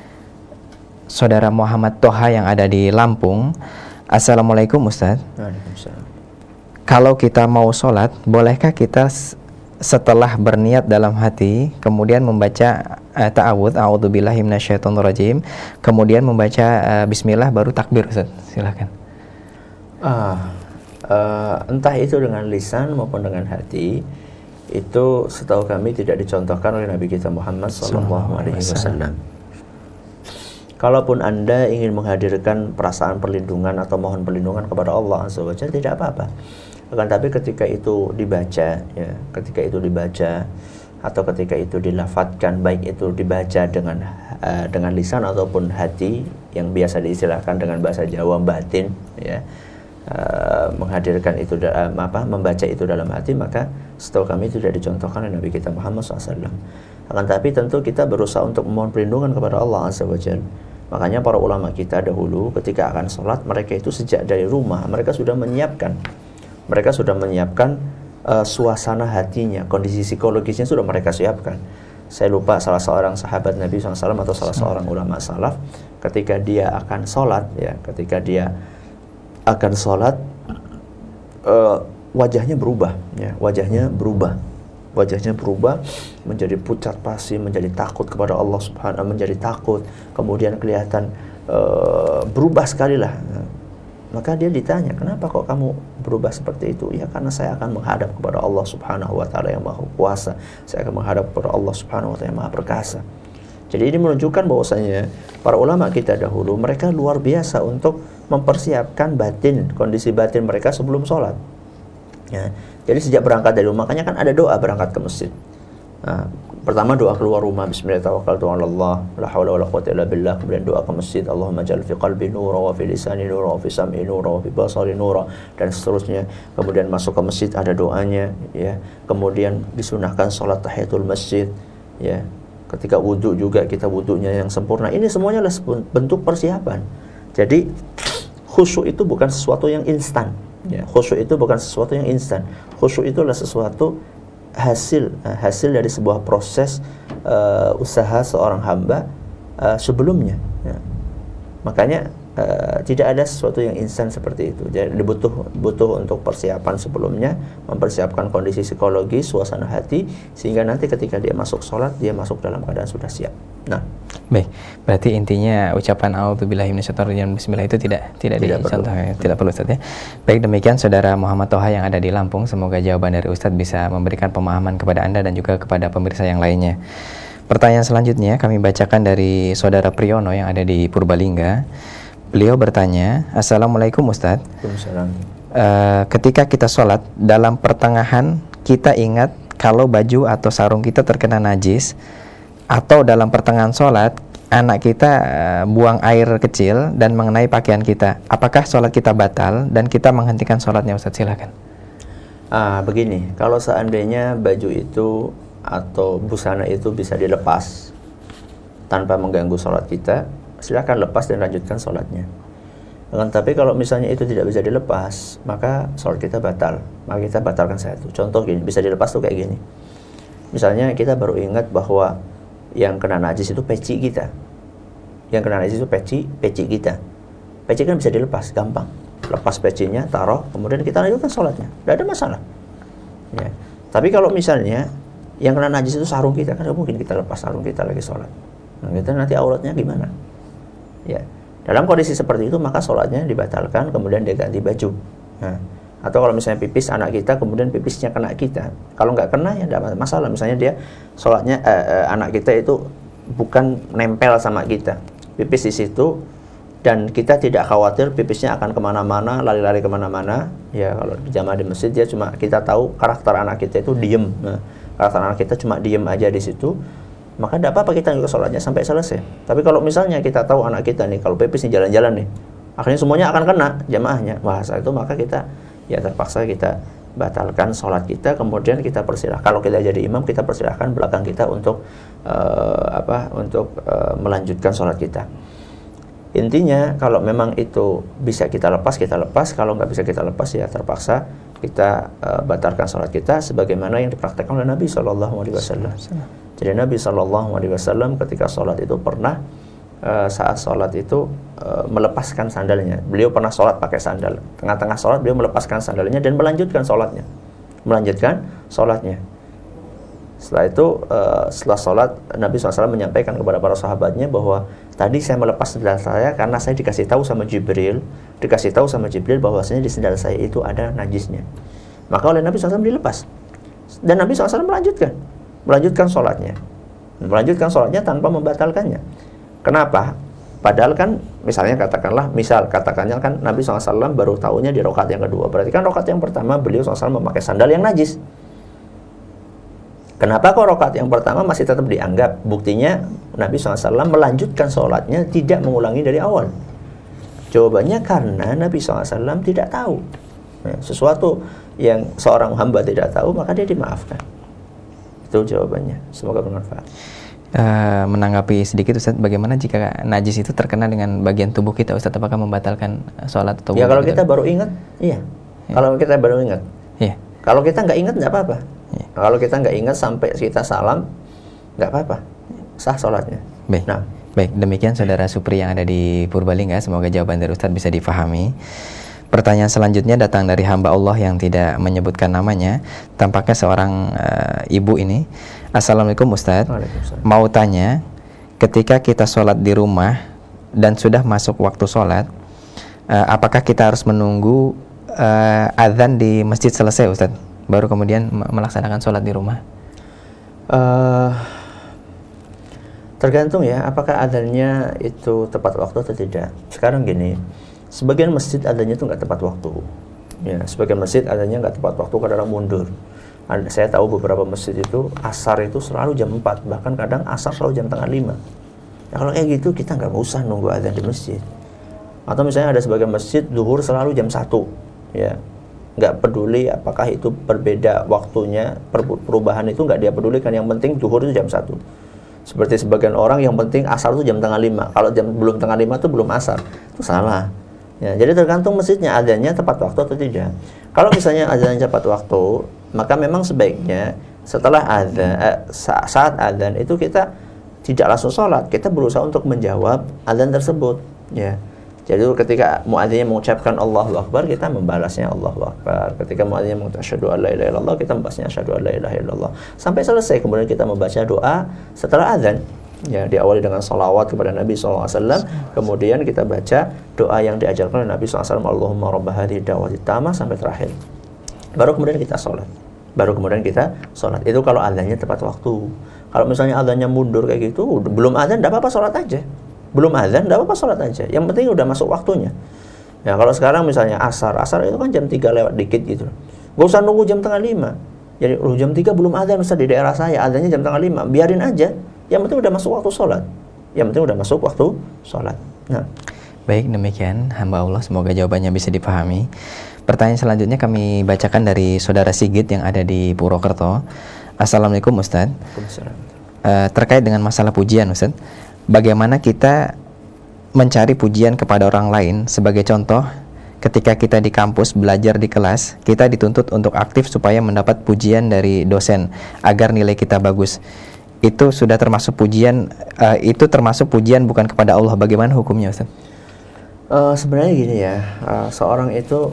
Saudara Muhammad Toha yang ada di Lampung. Assalamualaikum Ustaz. Waalaikumsalam. Kalau kita mau sholat, bolehkah kita setelah berniat dalam hati kemudian membaca ta'awudz, a'udzubillahi minasyaitonirrajim, kemudian membaca bismillah baru takbir, Ustaz? Silakan. Entah itu dengan lisan maupun dengan hati, itu setahu kami tidak dicontohkan oleh Nabi kita Muhammad SAW. Kalaupun Anda ingin menghadirkan perasaan perlindungan atau mohon perlindungan kepada Allah Azza wa Jalla, tidak apa-apa. Akan tapi ketika itu dibaca, ya, ketika itu dibaca atau ketika itu dilafadzkan, baik itu dibaca dengan lisan ataupun hati, yang biasa diistilahkan dengan bahasa Jawa batin, ya, menghadirkan itu membaca itu dalam hati, maka setahu kami tidak dicontohkan oleh Nabi kita Muhammad SAW. Akan tapi tentu kita berusaha untuk memohon perlindungan kepada Allah Azza wa Jalla. Makanya para ulama kita dahulu ketika akan sholat, mereka itu sejak dari rumah mereka sudah menyiapkan suasana hatinya, kondisi psikologisnya sudah mereka siapkan. Saya lupa salah seorang sahabat Nabi SAW atau salah seorang ulama salaf, ketika dia akan sholat, ya, ketika dia akan sholat, wajahnya berubah, ya, wajahnya berubah menjadi pucat pasi, menjadi takut kepada Allah Subhanahu, menjadi takut, kemudian kelihatan berubah sekali lah. Maka dia ditanya, kenapa kok kamu berubah seperti itu? Ya karena saya akan menghadap kepada Allah Subhanahu wa taala yang Maha Kuasa. Saya akan menghadap kepada Allah Subhanahu wa taala yang Maha Perkasa. Jadi ini menunjukkan bahwasanya para ulama kita dahulu mereka luar biasa untuk mempersiapkan kondisi batin mereka sebelum sholat. Ya. Jadi sejak berangkat dari rumah, makanya kan ada doa berangkat ke masjid. Nah, pertama doa keluar rumah, bismillahirrahmanirrahim, la haula wala quwwata illa billah. Kemudian doa ke masjid, Allahumma ja'al fi qalbi nura wa fi lisani nura wa fi sam'i nura wa fi basari nura, dan seterusnya. Kemudian masuk ke masjid ada doanya, ya. Kemudian disunahkan salat tahiyatul masjid, ya. Ketika wudhu juga kita wudhunya yang sempurna. Ini semuanya adalah bentuk persiapan. Jadi khusyuk itu bukan sesuatu yang instan, ya. Khusyuk itu bukan sesuatu yang instan. Khusyuk itu adalah sesuatu hasil dari sebuah proses usaha seorang hamba sebelumnya, ya. Makanya tidak ada sesuatu yang instan seperti itu. Jadi butuh untuk persiapan sebelumnya, mempersiapkan kondisi psikologi, suasana hati, sehingga nanti ketika dia masuk sholat, dia masuk dalam keadaan sudah siap. Nah, baik, berarti intinya ucapan a'udzubillahi minasyaitonirrajim bismillah itu tidak dicontoh, tidak perlu, Ustaz, ya. Baik, demikian Saudara Muhammad Toha yang ada di Lampung. Semoga jawaban dari Ustaz bisa memberikan pemahaman kepada Anda dan juga kepada pemirsa yang lainnya. Pertanyaan selanjutnya kami bacakan dari saudara Priyono yang ada di Purbalingga. Beliau bertanya, Assalamualaikum Ustadz. Waalaikumsalam. Ketika kita sholat, dalam pertengahan kita ingat kalau baju atau sarung kita terkena najis, atau dalam pertengahan sholat anak kita buang air kecil dan mengenai pakaian kita, apakah sholat kita batal dan kita menghentikan sholatnya Ustadz? Silakan. Begini, kalau seandainya baju itu atau busana itu bisa dilepas tanpa mengganggu sholat kita, silakan lepas dan lanjutkan sholatnya. Tapi kalau misalnya itu tidak bisa dilepas, maka sholat kita batal. Maka kita batalkan satu. Contoh gini, bisa dilepas tuh kayak gini. Misalnya kita baru ingat bahwa yang kena najis itu peci kita. Yang kena najis itu peci kita. Peci kan bisa dilepas, gampang. Lepas pecinya, taruh, kemudian kita lanjutkan sholatnya. Tidak ada masalah. Ya. Tapi kalau misalnya yang kena najis itu sarung kita, kan mungkin kita lepas sarung kita lagi sholat. Nah, kita nanti auratnya gimana? Ya, dalam kondisi seperti itu maka sholatnya dibatalkan, kemudian dia ganti baju. Nah, atau kalau misalnya pipis anak kita, kemudian pipisnya kena kita. Kalau nggak kena ya tidak masalah. Misalnya dia sholatnya anak kita itu bukan nempel sama kita, pipis di situ, dan kita tidak khawatir pipisnya akan kemana-mana, lari-lari kemana-mana. Ya kalau jamaah di masjid dia cuma kita tahu karakter anak kita itu diem. Nah, karakter anak kita cuma diem aja di situ, maka tidak apa-apa kita juga sholatnya sampai selesai. Tapi kalau misalnya kita tahu anak kita nih, kalau pipis nih jalan-jalan nih, akhirnya semuanya akan kena jamaahnya, bahasa itu maka kita ya terpaksa kita batalkan sholat kita, kemudian kita persilahkan, kalau kita jadi imam kita persilahkan belakang kita untuk melanjutkan sholat kita. Intinya kalau memang itu bisa kita lepas, kalau nggak bisa kita lepas ya terpaksa kita batalkan sholat kita sebagaimana yang dipraktekkan oleh Nabi SAW. Jadi Nabi SAW ketika sholat itu pernah saat sholat itu melepaskan sandalnya. Beliau pernah sholat pakai sandal. Tengah-tengah sholat beliau melepaskan sandalnya dan melanjutkan sholatnya. Setelah itu, setelah sholat, Nabi SAW menyampaikan kepada para sahabatnya bahwa tadi saya melepas sandal saya karena saya dikasih tahu sama Jibril bahwasanya di sandal saya itu ada najisnya. Maka oleh Nabi SAW dilepas. Dan Nabi SAW melanjutkan sholatnya tanpa membatalkannya. Kenapa? Padahal kan katakanlah kan Nabi SAW baru tahunya di rakaat yang kedua. Berarti kan rakaat yang pertama beliau SAW memakai sandal yang najis. Kenapa kok rakaat yang pertama masih tetap dianggap? Buktinya Nabi SAW melanjutkan sholatnya, tidak mengulangi dari awal. Jawabannya karena Nabi SAW tidak tahu. Nah, sesuatu yang seorang hamba tidak tahu, maka dia dimaafkan. Itu jawabannya. Semoga bermanfaat. Menanggapi sedikit Ustaz, bagaimana jika najis itu terkena dengan bagian tubuh kita Ustaz? Apakah membatalkan sholat atau ya kalau kita baru ingat, iya. Kalau kita baru ingat, iya. Kalau kita nggak ingat nggak apa-apa. Ya. Kalau kita nggak ingat sampai kita salam, nggak apa-apa, sah sholatnya. Baik, demikian saudara Supri yang ada di Purbalingga. Semoga jawaban dari Ustadz bisa difahami. Pertanyaan selanjutnya datang dari hamba Allah yang tidak menyebutkan namanya. Tampaknya seorang ibu ini. Assalamualaikum Ustadz. Mau tanya, ketika kita sholat di rumah dan sudah masuk waktu sholat, apakah kita harus menunggu azan di masjid selesai Ustadz, baru kemudian melaksanakan sholat di rumah? Tergantung ya, apakah adanya itu tepat waktu atau tidak. Sekarang gini, sebagian masjid adanya itu nggak tepat waktu. Ya, sebagian masjid adanya nggak tepat waktu, kadang mundur. Saya tahu beberapa masjid itu asar itu selalu jam 4, bahkan kadang asar selalu jam 4:30. Ya kalau kayak gitu kita nggak usah nunggu azan di masjid. Atau misalnya ada sebagian masjid zuhur selalu jam 1, ya. Nggak peduli apakah itu berbeda waktunya, perubahan itu nggak dia pedulikan, yang penting zuhur itu jam 1. Seperti sebagian orang yang penting asar itu jam 4:30. Kalau belum 4:30 itu belum asar, itu salah. Ya, jadi tergantung masjidnya azannya tepat waktu atau tidak. Kalau misalnya azannya tepat waktu, maka memang sebaiknya setelah azan, saat azan itu kita tidak langsung sholat, kita berusaha untuk menjawab azan tersebut. Ya. Jadi ketika muadzinnya mengucapkan Allahu Akbar, kita membalasnya Allahu Akbar. Ketika muadzinnya mengucapkan asyhadu an la ilaha illallah, kita membalasnya asyhadu an la ilaha illallah. Sampai selesai, kemudian kita membaca doa setelah azan. Ya, diawali dengan salawat kepada Nabi SAW, kemudian kita baca doa yang diajarkan oleh Nabi SAW, Allahumma rabba hadhihi da'wati tammah, sampai terakhir. Baru kemudian kita sholat. Itu kalau azannya tepat waktu. Kalau misalnya adzannya mundur kayak gitu, belum adzan enggak apa-apa sholat aja. Belum adzan enggak apa-apa sholat aja. Yang penting udah masuk waktunya. Ya kalau sekarang misalnya asar itu kan jam 3 lewat dikit gitu. Gak usah nunggu jam 4:30. Jadi jam 3 belum adzan Ustaz di daerah saya, adzannya jam 4:30. Biarin aja. Yang penting udah masuk waktu sholat. Yang penting udah masuk waktu sholat. Nah. Baik, demikian hamba Allah, semoga jawabannya bisa dipahami. Pertanyaan selanjutnya kami bacakan dari saudara Sigit yang ada di Purwokerto. Assalamualaikum Ustaz. Terkait dengan masalah pujian Ustaz, bagaimana kita mencari pujian kepada orang lain? Sebagai contoh, ketika kita di kampus belajar di kelas, kita dituntut untuk aktif supaya mendapat pujian dari dosen agar nilai kita bagus. Itu sudah termasuk pujian, itu termasuk pujian bukan kepada Allah. Bagaimana hukumnya Ustaz? Sebenarnya gini ya, seorang itu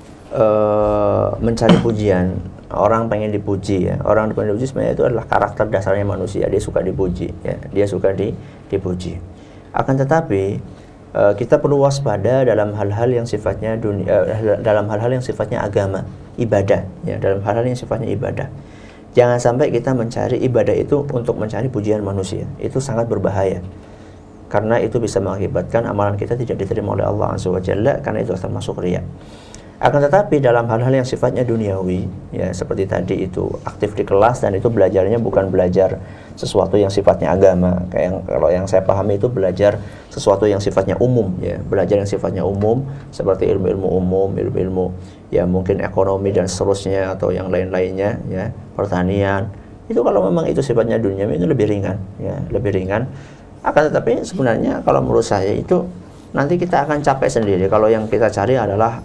mencari pujian, orang pengen dipuji ya. Orang pengen dipuji sebenarnya itu adalah karakter dasarnya manusia. Dia suka dipuji ya. Dia suka dipuji. Akan tetapi kita perlu waspada dalam hal-hal yang sifatnya dalam hal-hal yang sifatnya agama, ibadah ya, dalam hal-hal yang sifatnya ibadah. Jangan sampai kita mencari ibadah itu untuk mencari pujian manusia. Itu sangat berbahaya. Karena itu bisa mengakibatkan amalan kita tidak diterima oleh Allah Azza wa Jalla, karena itu termasuk riya. Akan tetapi dalam hal-hal yang sifatnya duniawi ya, seperti tadi itu aktif di kelas dan itu belajarnya bukan belajar sesuatu yang sifatnya agama. Kalau yang saya pahami itu belajar sesuatu yang sifatnya umum ya, belajar yang sifatnya umum seperti ilmu-ilmu umum, ilmu-ilmu ya mungkin ekonomi dan seterusnya atau yang lain-lainnya ya, pertanian. Itu kalau memang itu sifatnya duniawi itu lebih ringan ya, lebih ringan. Akan tetapi sebenarnya kalau menurut saya itu nanti kita akan capek sendiri kalau yang kita cari adalah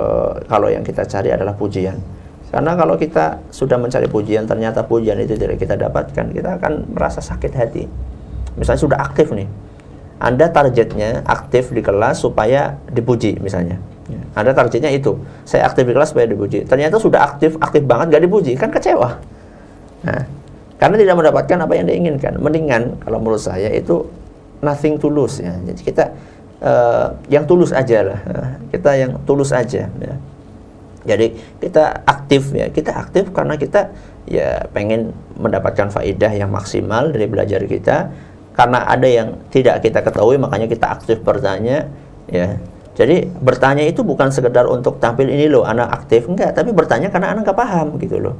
pujian. Karena kalau kita sudah mencari pujian ternyata pujian itu tidak kita dapatkan, kita akan merasa sakit hati. Misalnya sudah aktif nih, Anda targetnya aktif di kelas supaya dipuji misalnya. Anda targetnya itu, saya aktif di kelas supaya dipuji. Ternyata sudah aktif banget gak dipuji, kan kecewa. Nah, karena tidak mendapatkan apa yang diinginkan. Mendingan kalau menurut saya itu nothing to lose ya. Jadi kita yang tulus aja lah. Kita yang tulus aja ya. Jadi kita aktif ya. Kita aktif karena kita ya pengen mendapatkan faedah yang maksimal dari belajar kita. Karena ada yang tidak kita ketahui makanya kita aktif bertanya ya. Jadi bertanya itu bukan sekedar untuk tampil ini loh anak aktif, enggak, tapi bertanya karena anak nggak paham gitu loh.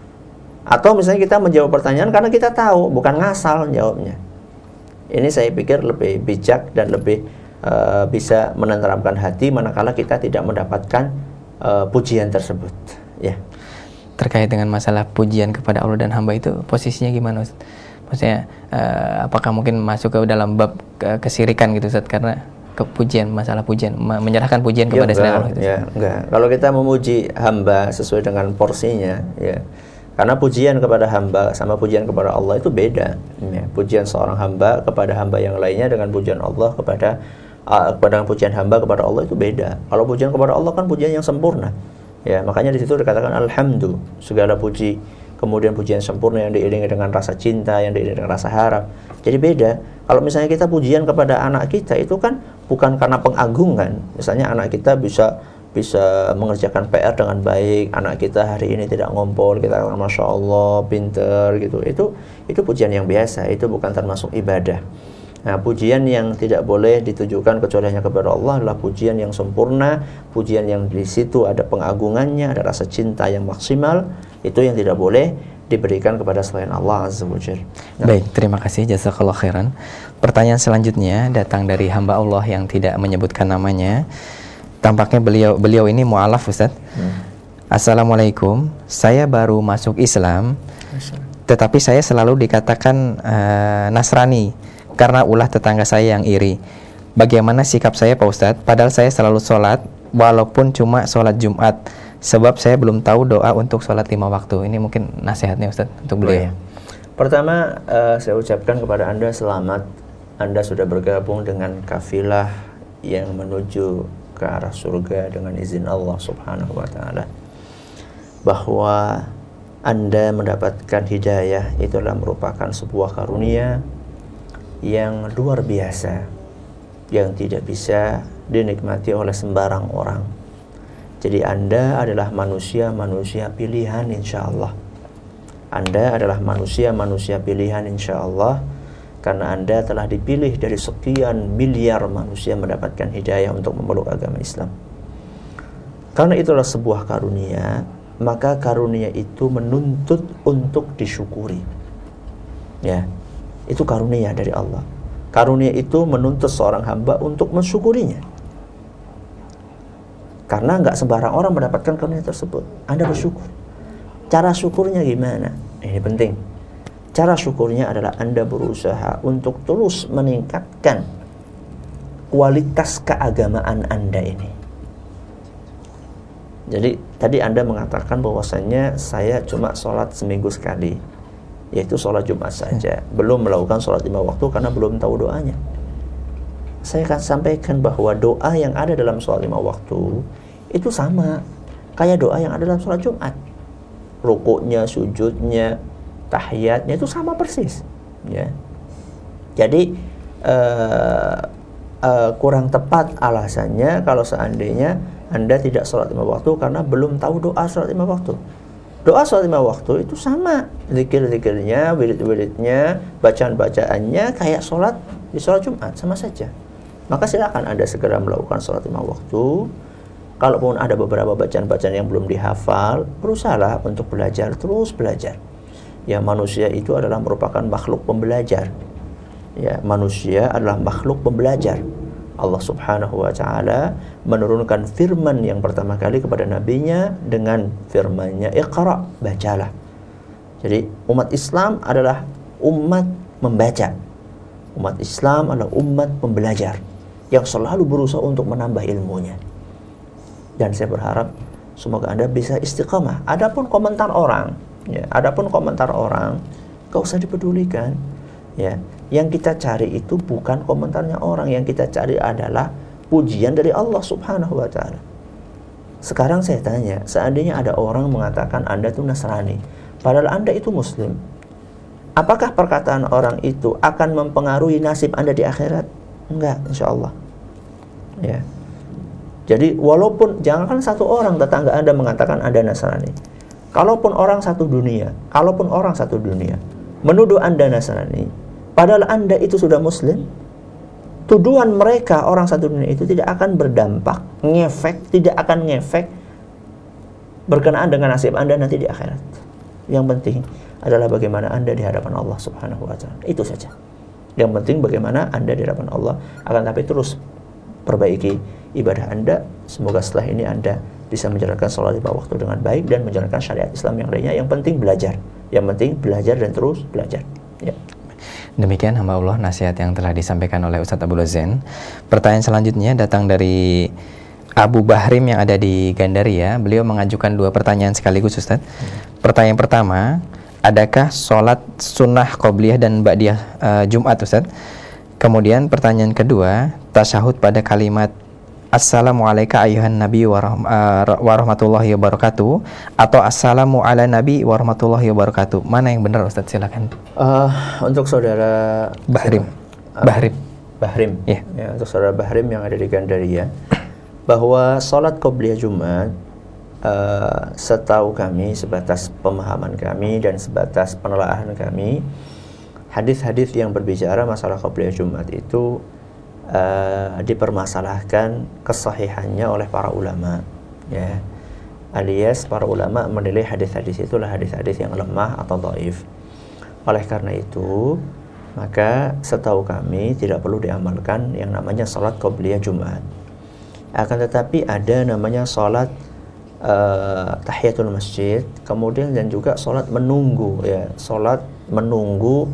Atau misalnya kita menjawab pertanyaan karena kita tahu, bukan ngasal jawabnya. Ini saya pikir lebih bijak dan lebih bisa menenteramkan hati manakala kita tidak mendapatkan pujian tersebut. Ya. Terkait dengan masalah pujian kepada Allah dan hamba itu posisinya gimana Ustaz? Maksudnya apakah mungkin masuk ke dalam bab kesirikan gitu Ustaz? Karena masalah pujian, menyerahkan pujian kepada selain Allah gitu. Ya, enggak. Kalau kita memuji hamba sesuai dengan porsinya ya. Karena pujian kepada hamba sama pujian kepada Allah itu beda ya. Pujian seorang hamba kepada hamba yang lainnya dengan pujian Allah kepada pujian hamba kepada Allah itu beda. Kalau pujian kepada Allah kan pujian yang sempurna ya, makanya di situ dikatakan alhamdu, segala puji, kemudian pujian sempurna yang diiringi dengan rasa cinta, yang diiringi dengan rasa harap. Jadi beda. Kalau misalnya kita pujian kepada anak kita itu kan bukan karena pengagungan. Misalnya anak kita bisa mengerjakan PR dengan baik, anak kita hari ini tidak ngompol, kita katakan Masya Allah, pinter gitu. Itu pujian yang biasa, itu bukan termasuk ibadah. Nah, pujian yang tidak boleh ditujukan kecuali hanya kepada Allah adalah pujian yang sempurna, pujian yang di situ ada pengagungannya, ada rasa cinta yang maksimal, itu yang tidak boleh diberikan kepada selain Allah Azza wa Jalla. Nah. Baik, terima kasih, jazakallahu khairan. Pertanyaan selanjutnya datang dari hamba Allah yang tidak menyebutkan namanya. Tampaknya beliau ini mu'alaf Ustaz. Assalamualaikum, saya baru masuk Islam, tetapi saya selalu dikatakan Nasrani karena ulah tetangga saya yang iri. Bagaimana sikap saya Pak Ustaz? Padahal saya selalu sholat, walaupun cuma sholat Jumat, sebab saya belum tahu doa untuk sholat 5 waktu. Ini mungkin nasihatnya Ustaz untuk beliau. Pertama, saya ucapkan kepada Anda selamat. Anda sudah bergabung dengan kafilah yang menuju ke arah surga dengan izin Allah Subhanahu wa ta'ala. Bahwa Anda mendapatkan hidayah itu adalah merupakan sebuah karunia yang luar biasa, yang tidak bisa dinikmati oleh sembarang orang. Jadi Anda adalah manusia pilihan insya Allah. Anda adalah manusia pilihan insya Allah, karena Anda telah dipilih dari sekian miliar manusia mendapatkan hidayah untuk memeluk agama Islam. Karena itulah sebuah karunia, maka karunia itu menuntut untuk disyukuri. Ya, itu karunia dari Allah. Karunia itu menuntut seorang hamba untuk mensyukurinya. Karena nggak sembarang orang mendapatkan karunia tersebut. Anda bersyukur. Cara syukurnya gimana? Ini penting. Cara syukurnya adalah Anda berusaha untuk terus meningkatkan kualitas keagamaan Anda ini. Jadi tadi Anda mengatakan bahwasannya saya cuma sholat seminggu sekali, yaitu sholat Jumat saja, belum melakukan sholat 5 waktu karena belum tahu doanya. Saya akan sampaikan bahwa doa yang ada dalam sholat 5 waktu itu sama kayak doa yang ada dalam sholat Jumat. Rukuknya, sujudnya, tahiyatnya itu sama persis, ya. Jadi kurang tepat alasannya kalau seandainya Anda tidak sholat 5 waktu karena belum tahu doa sholat 5 waktu. Doa sholat 5 waktu itu sama, zikir-zikirnya, wirid-wiridnya, bacaan-bacaannya kayak sholat di sholat Jumat, sama saja. Maka silakan Anda segera melakukan sholat 5 waktu. Kalaupun ada beberapa bacaan-bacaan yang belum dihafal, berusahalah untuk belajar, terus belajar. Ya, manusia itu adalah merupakan makhluk pembelajar. Ya, manusia adalah makhluk pembelajar. Allah Subhanahu wa Ta'ala menurunkan firman yang pertama kali kepada nabinya dengan firman-Nya, Iqra, bacalah. Jadi umat Islam adalah umat membaca. Umat Islam adalah umat pembelajar yang selalu berusaha untuk menambah ilmunya. Dan saya berharap semoga Anda bisa istiqamah. Adapun komentar orang, ya, gak usah dipedulikan. Ya, yang kita cari itu bukan komentarnya orang, yang kita cari adalah pujian dari Allah Subhanahu wa Ta'ala. Sekarang saya tanya, seandainya ada orang mengatakan Anda itu Nasrani, padahal Anda itu Muslim, apakah perkataan orang itu akan mempengaruhi nasib Anda di akhirat? Enggak, insya Allah. Ya. Jadi walaupun jangankan satu orang tetangga Anda mengatakan Anda Nasrani, kalaupun orang satu dunia menuduh Anda Nasrani, padahal Anda itu sudah Muslim, tuduhan mereka orang satu dunia itu tidak akan berdampak, tidak akan ngefek berkenaan dengan nasib Anda nanti di akhirat. Yang penting adalah bagaimana Anda di hadapan Allah Subhanahu wa Ta'ala. Itu saja. Yang penting bagaimana Anda di hadapan Allah, akan tapi terus perbaiki ibadah Anda. Semoga setelah ini Anda bisa menjalankan sholat 5 waktu dengan baik dan menjalankan syariat Islam yang lainnya. Yang penting belajar. Yang penting belajar dan terus belajar. Ya. Demikian hamba Allah nasihat yang telah disampaikan oleh Ustadz Abdul Zain. Pertanyaan selanjutnya datang dari Abu Bahrim yang ada di Gandaria. Beliau mengajukan 2 pertanyaan sekaligus, Ustadz. Pertanyaan pertama, adakah sholat sunnah qobliyah dan ba'diyah Jumat, Ustadz? Kemudian pertanyaan kedua, tasyahud pada kalimat Assalamualaikum ayuhan nabi warahmatullahi wabarakatuh atau Assalamu ala nabi warahmatullahi wabarakatuh. Mana yang benar, Ustadz? Silakan. Untuk saudara Bahrim. Yeah. Ya, untuk saudara Bahrim yang ada di Gandaria, bahwa sholat qobliyah Jumat, setahu kami, sebatas pemahaman kami dan sebatas penelaahan kami, hadis-hadis yang berbicara masalah qobliyah Jumat itu dipermasalahkan kesahihannya oleh para ulama, ya, alias para ulama menilai hadis-hadis itulah hadis-hadis yang lemah atau dhaif. Oleh karena itu, maka setahu kami tidak perlu diamalkan yang namanya salat qobliyah Jumat. Akan tetapi ada namanya salat tahiyatul masjid, kemudian dan juga salat menunggu, ya, salat menunggu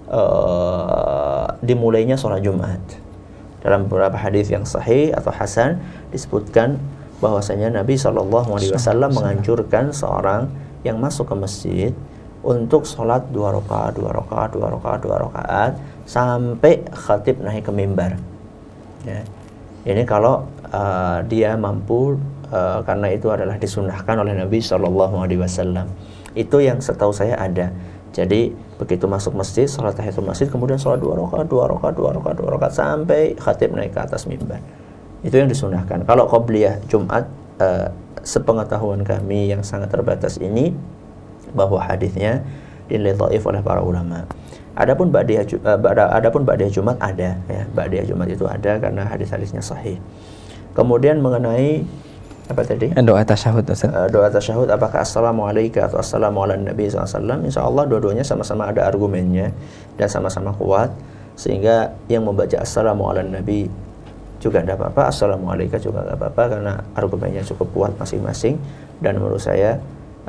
dimulainya salat Jumat. Dalam beberapa hadis yang sahih atau hasan disebutkan bahwasanya Nabi SAW menganjurkan seorang yang masuk ke masjid untuk sholat 2 rakaat sampai khatib naik ke mimbar. Ya. Ini kalau dia mampu, karena itu adalah disunnahkan oleh Nabi SAW. Itu yang setahu saya ada. Jadi begitu masuk masjid, sholat tahiyatul masjid, kemudian sholat 2 rakaat sampai khatib naik ke atas mimbar. Itu yang disunahkan. Kalau qobliyah Jumat, sepengetahuan kami yang sangat terbatas ini, bahwa hadisnya dinilai dhaif oleh para ulama. Adapun ba'diyah Jumat ada ya, ba'diyah Jumat itu ada karena hadis-hadisnya sahih. Kemudian mengenai apa tadi? Doa tasyahud, Ustaz. Doa tasyahud apakah assalamualaikum atau assalamu ala nabi SAW? Insyaallah dua-duanya sama-sama ada argumennya dan sama-sama kuat, sehingga yang membaca assalamu ala nabi juga tidak apa-apa, assalamualaikum juga tidak apa-apa, karena argumennya cukup kuat masing-masing. Dan menurut saya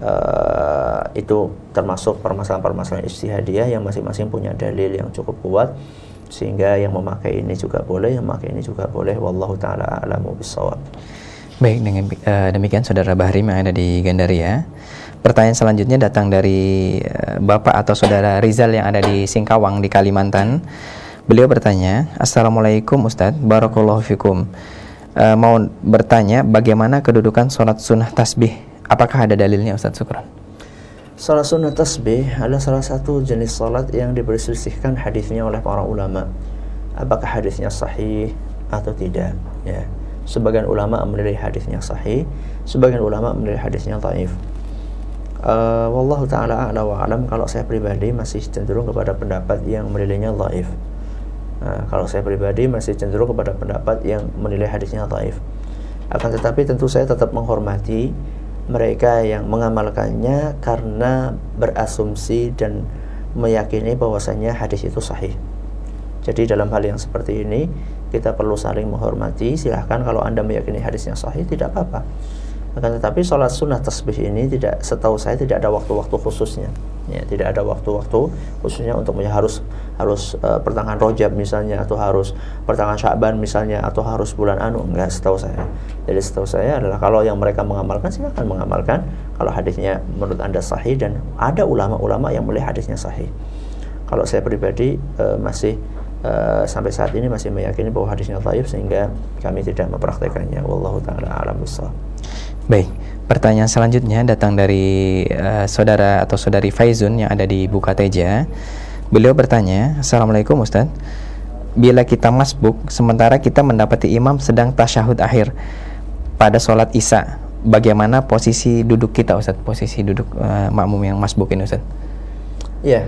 itu termasuk permasalahan-permasalahan ijtihadiyah yang masing-masing punya dalil yang cukup kuat, sehingga yang memakai ini juga boleh, yang memakai ini juga boleh. Wallahu ta'ala a'lamu bissawab. Baik, dengan demikian Saudara Bahrim yang ada di Gandaria. Pertanyaan selanjutnya datang dari Bapak atau Saudara Rizal yang ada di Singkawang di Kalimantan. Beliau bertanya, Assalamualaikum Ustadz, Barakallahu fikum. Mau bertanya bagaimana kedudukan sholat sunnah tasbih? Apakah ada dalilnya Ustadz? Syukran. Salat sunnah tasbih adalah salah satu jenis salat yang diperselisihkan hadisnya oleh para ulama. Apakah hadisnya sahih atau tidak? Ya. Sebagian ulama menilai hadisnya sahih, sebagian ulama menilai hadisnya dhaif. Wallahu ta'ala a'la wa a'lam. Kalau saya pribadi masih cenderung kepada pendapat yang menilainya dhaif. Kalau saya pribadi masih cenderung kepada pendapat yang menilai hadisnya dhaif. Akan tetapi tentu saya tetap menghormati mereka yang mengamalkannya karena berasumsi dan meyakini bahwasanya hadis itu sahih. Jadi dalam hal yang seperti ini kita perlu saling menghormati. Silahkan kalau Anda meyakini hadisnya sahih, tidak apa-apa. Akan tetapi sholat sunnah tasbih ini tidak, setahu saya tidak ada waktu-waktu khususnya. Ya, tidak ada waktu-waktu khususnya untuk harus pertengahan Rajab misalnya, atau harus pertengahan Sya'ban misalnya, atau harus bulan enggak, setahu saya. Jadi setahu saya adalah kalau yang mereka mengamalkan, silakan mengamalkan kalau hadisnya menurut Anda sahih, dan ada ulama-ulama yang melihat hadisnya sahih. Kalau saya pribadi masih sampai saat ini masih meyakini bahwa hadisnya dhaif, sehingga kami tidak mempraktekannya. Wallahu ta'ala a'lam bishawab. Baik, pertanyaan selanjutnya datang dari saudara atau saudari Faizun yang ada di Bukateja. Beliau bertanya, Assalamualaikum Ustaz, bila kita masbuk sementara kita mendapati imam sedang tasyahud akhir pada sholat isya, bagaimana posisi duduk kita Ustaz? Posisi duduk makmum yang masbuk ini Ustaz? Ya,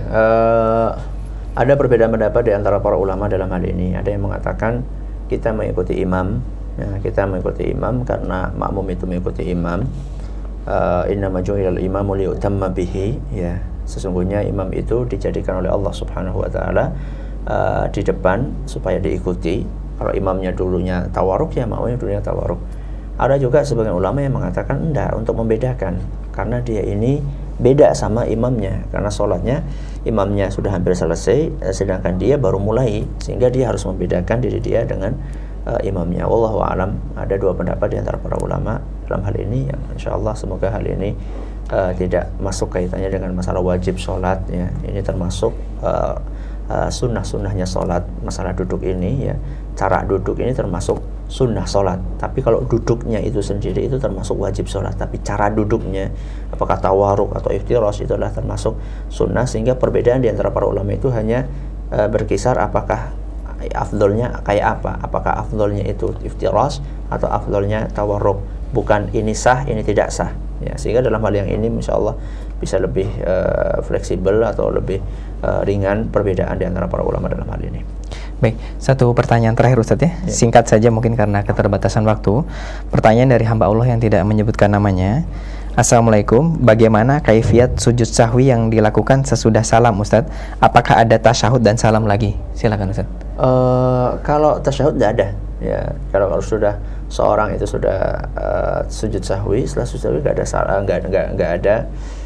ada perbedaan pendapat di antara para ulama dalam hal ini. Ada yang mengatakan kita mengikuti imam. Ya, kita mengikuti imam karena makmum itu mengikuti imam. Innama ju'ilal imamu liyutamma bihi. Ya, sesungguhnya imam itu dijadikan oleh Allah Subhanahu wa taala di depan supaya diikuti. Kalau imamnya dulunya tawarruk, ya makmumnya dulunya tawarruk. Ada juga sebagian ulama yang mengatakan enggak, untuk membedakan, karena dia ini beda sama imamnya, karena sholatnya imamnya sudah hampir selesai, sedangkan dia baru mulai, sehingga dia harus membedakan diri dia dengan imamnya. Wallahu a'lam. Ada dua pendapat di antara para ulama dalam hal ini, yang insyaallah semoga hal ini tidak masuk kaitannya dengan masalah wajib sholat ya. Ini termasuk sunnah-sunnahnya sholat. Masalah duduk ini ya, cara duduk ini termasuk sunnah sholat. Tapi kalau duduknya itu sendiri itu termasuk wajib sholat. Tapi cara duduknya, apakah tawarruk atau iftiras, itu adalah termasuk sunnah. Sehingga perbedaan di antara para ulama itu hanya berkisar apakah afdolnya kayak apa. Apakah afdolnya itu iftiras atau afdolnya tawarruk. Bukan ini sah, ini tidak sah ya. Sehingga dalam hal yang ini insyaallah bisa lebih fleksibel atau lebih ringan perbedaan di antara para ulama dalam hal ini. Baik, satu pertanyaan terakhir Ustadz ya. Singkat saja mungkin karena keterbatasan waktu. Pertanyaan dari hamba Allah yang tidak menyebutkan namanya. Assalamualaikum, bagaimana kaifiat sujud sahwi yang dilakukan sesudah salam Ustadz? Apakah ada tasyahud dan salam lagi? Silakan Ustadz. Kalau tasyahud tidak ada ya. Kalau sudah seorang itu sudah sujud sahwi, setelah sujud sahwi nggak ada salam, nggak ada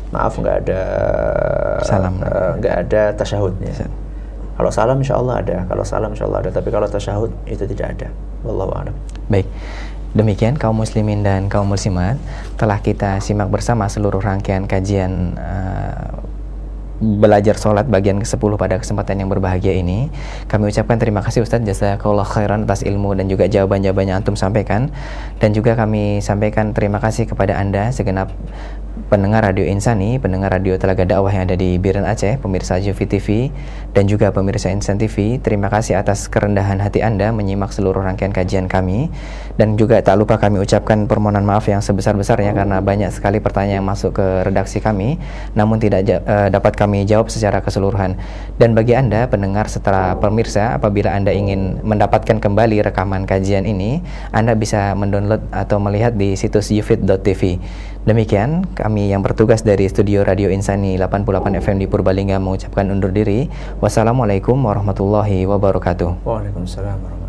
salam, nggak ada tasyahudnya. Kalau salam insyaallah ada, tapi kalau tasyahud itu tidak ada. Wallahu a'lam. Baik. Demikian kaum muslimin dan kaum muslimat, telah kita simak bersama seluruh rangkaian kajian belajar sholat bagian ke-10 pada kesempatan yang berbahagia ini. Kami ucapkan terima kasih Ustadz, jazakallah khairan atas ilmu dan juga jawaban-jawaban yang antum sampaikan. Dan juga kami sampaikan terima kasih kepada Anda segenap pendengar Radio Insani, pendengar Radio Telaga Dakwah yang ada di Biren Aceh, pemirsa Yufi TV, dan juga pemirsa Insan TV, terima kasih atas kerendahan hati Anda menyimak seluruh rangkaian kajian kami. Dan juga tak lupa kami ucapkan permohonan maaf yang sebesar-besarnya karena banyak sekali pertanyaan yang masuk ke redaksi kami, namun tidak dapat kami jawab secara keseluruhan. Dan bagi Anda pendengar setelah pemirsa, apabila Anda ingin mendapatkan kembali rekaman kajian ini, Anda bisa mendownload atau melihat di situs yufit.tv. Demikian, kami yang bertugas dari studio Radio Insani 88 FM di Purbalingga mengucapkan undur diri. Wassalamualaikum warahmatullahi wabarakatuh. Waalaikumsalam warahmatullahi wabarakatuh.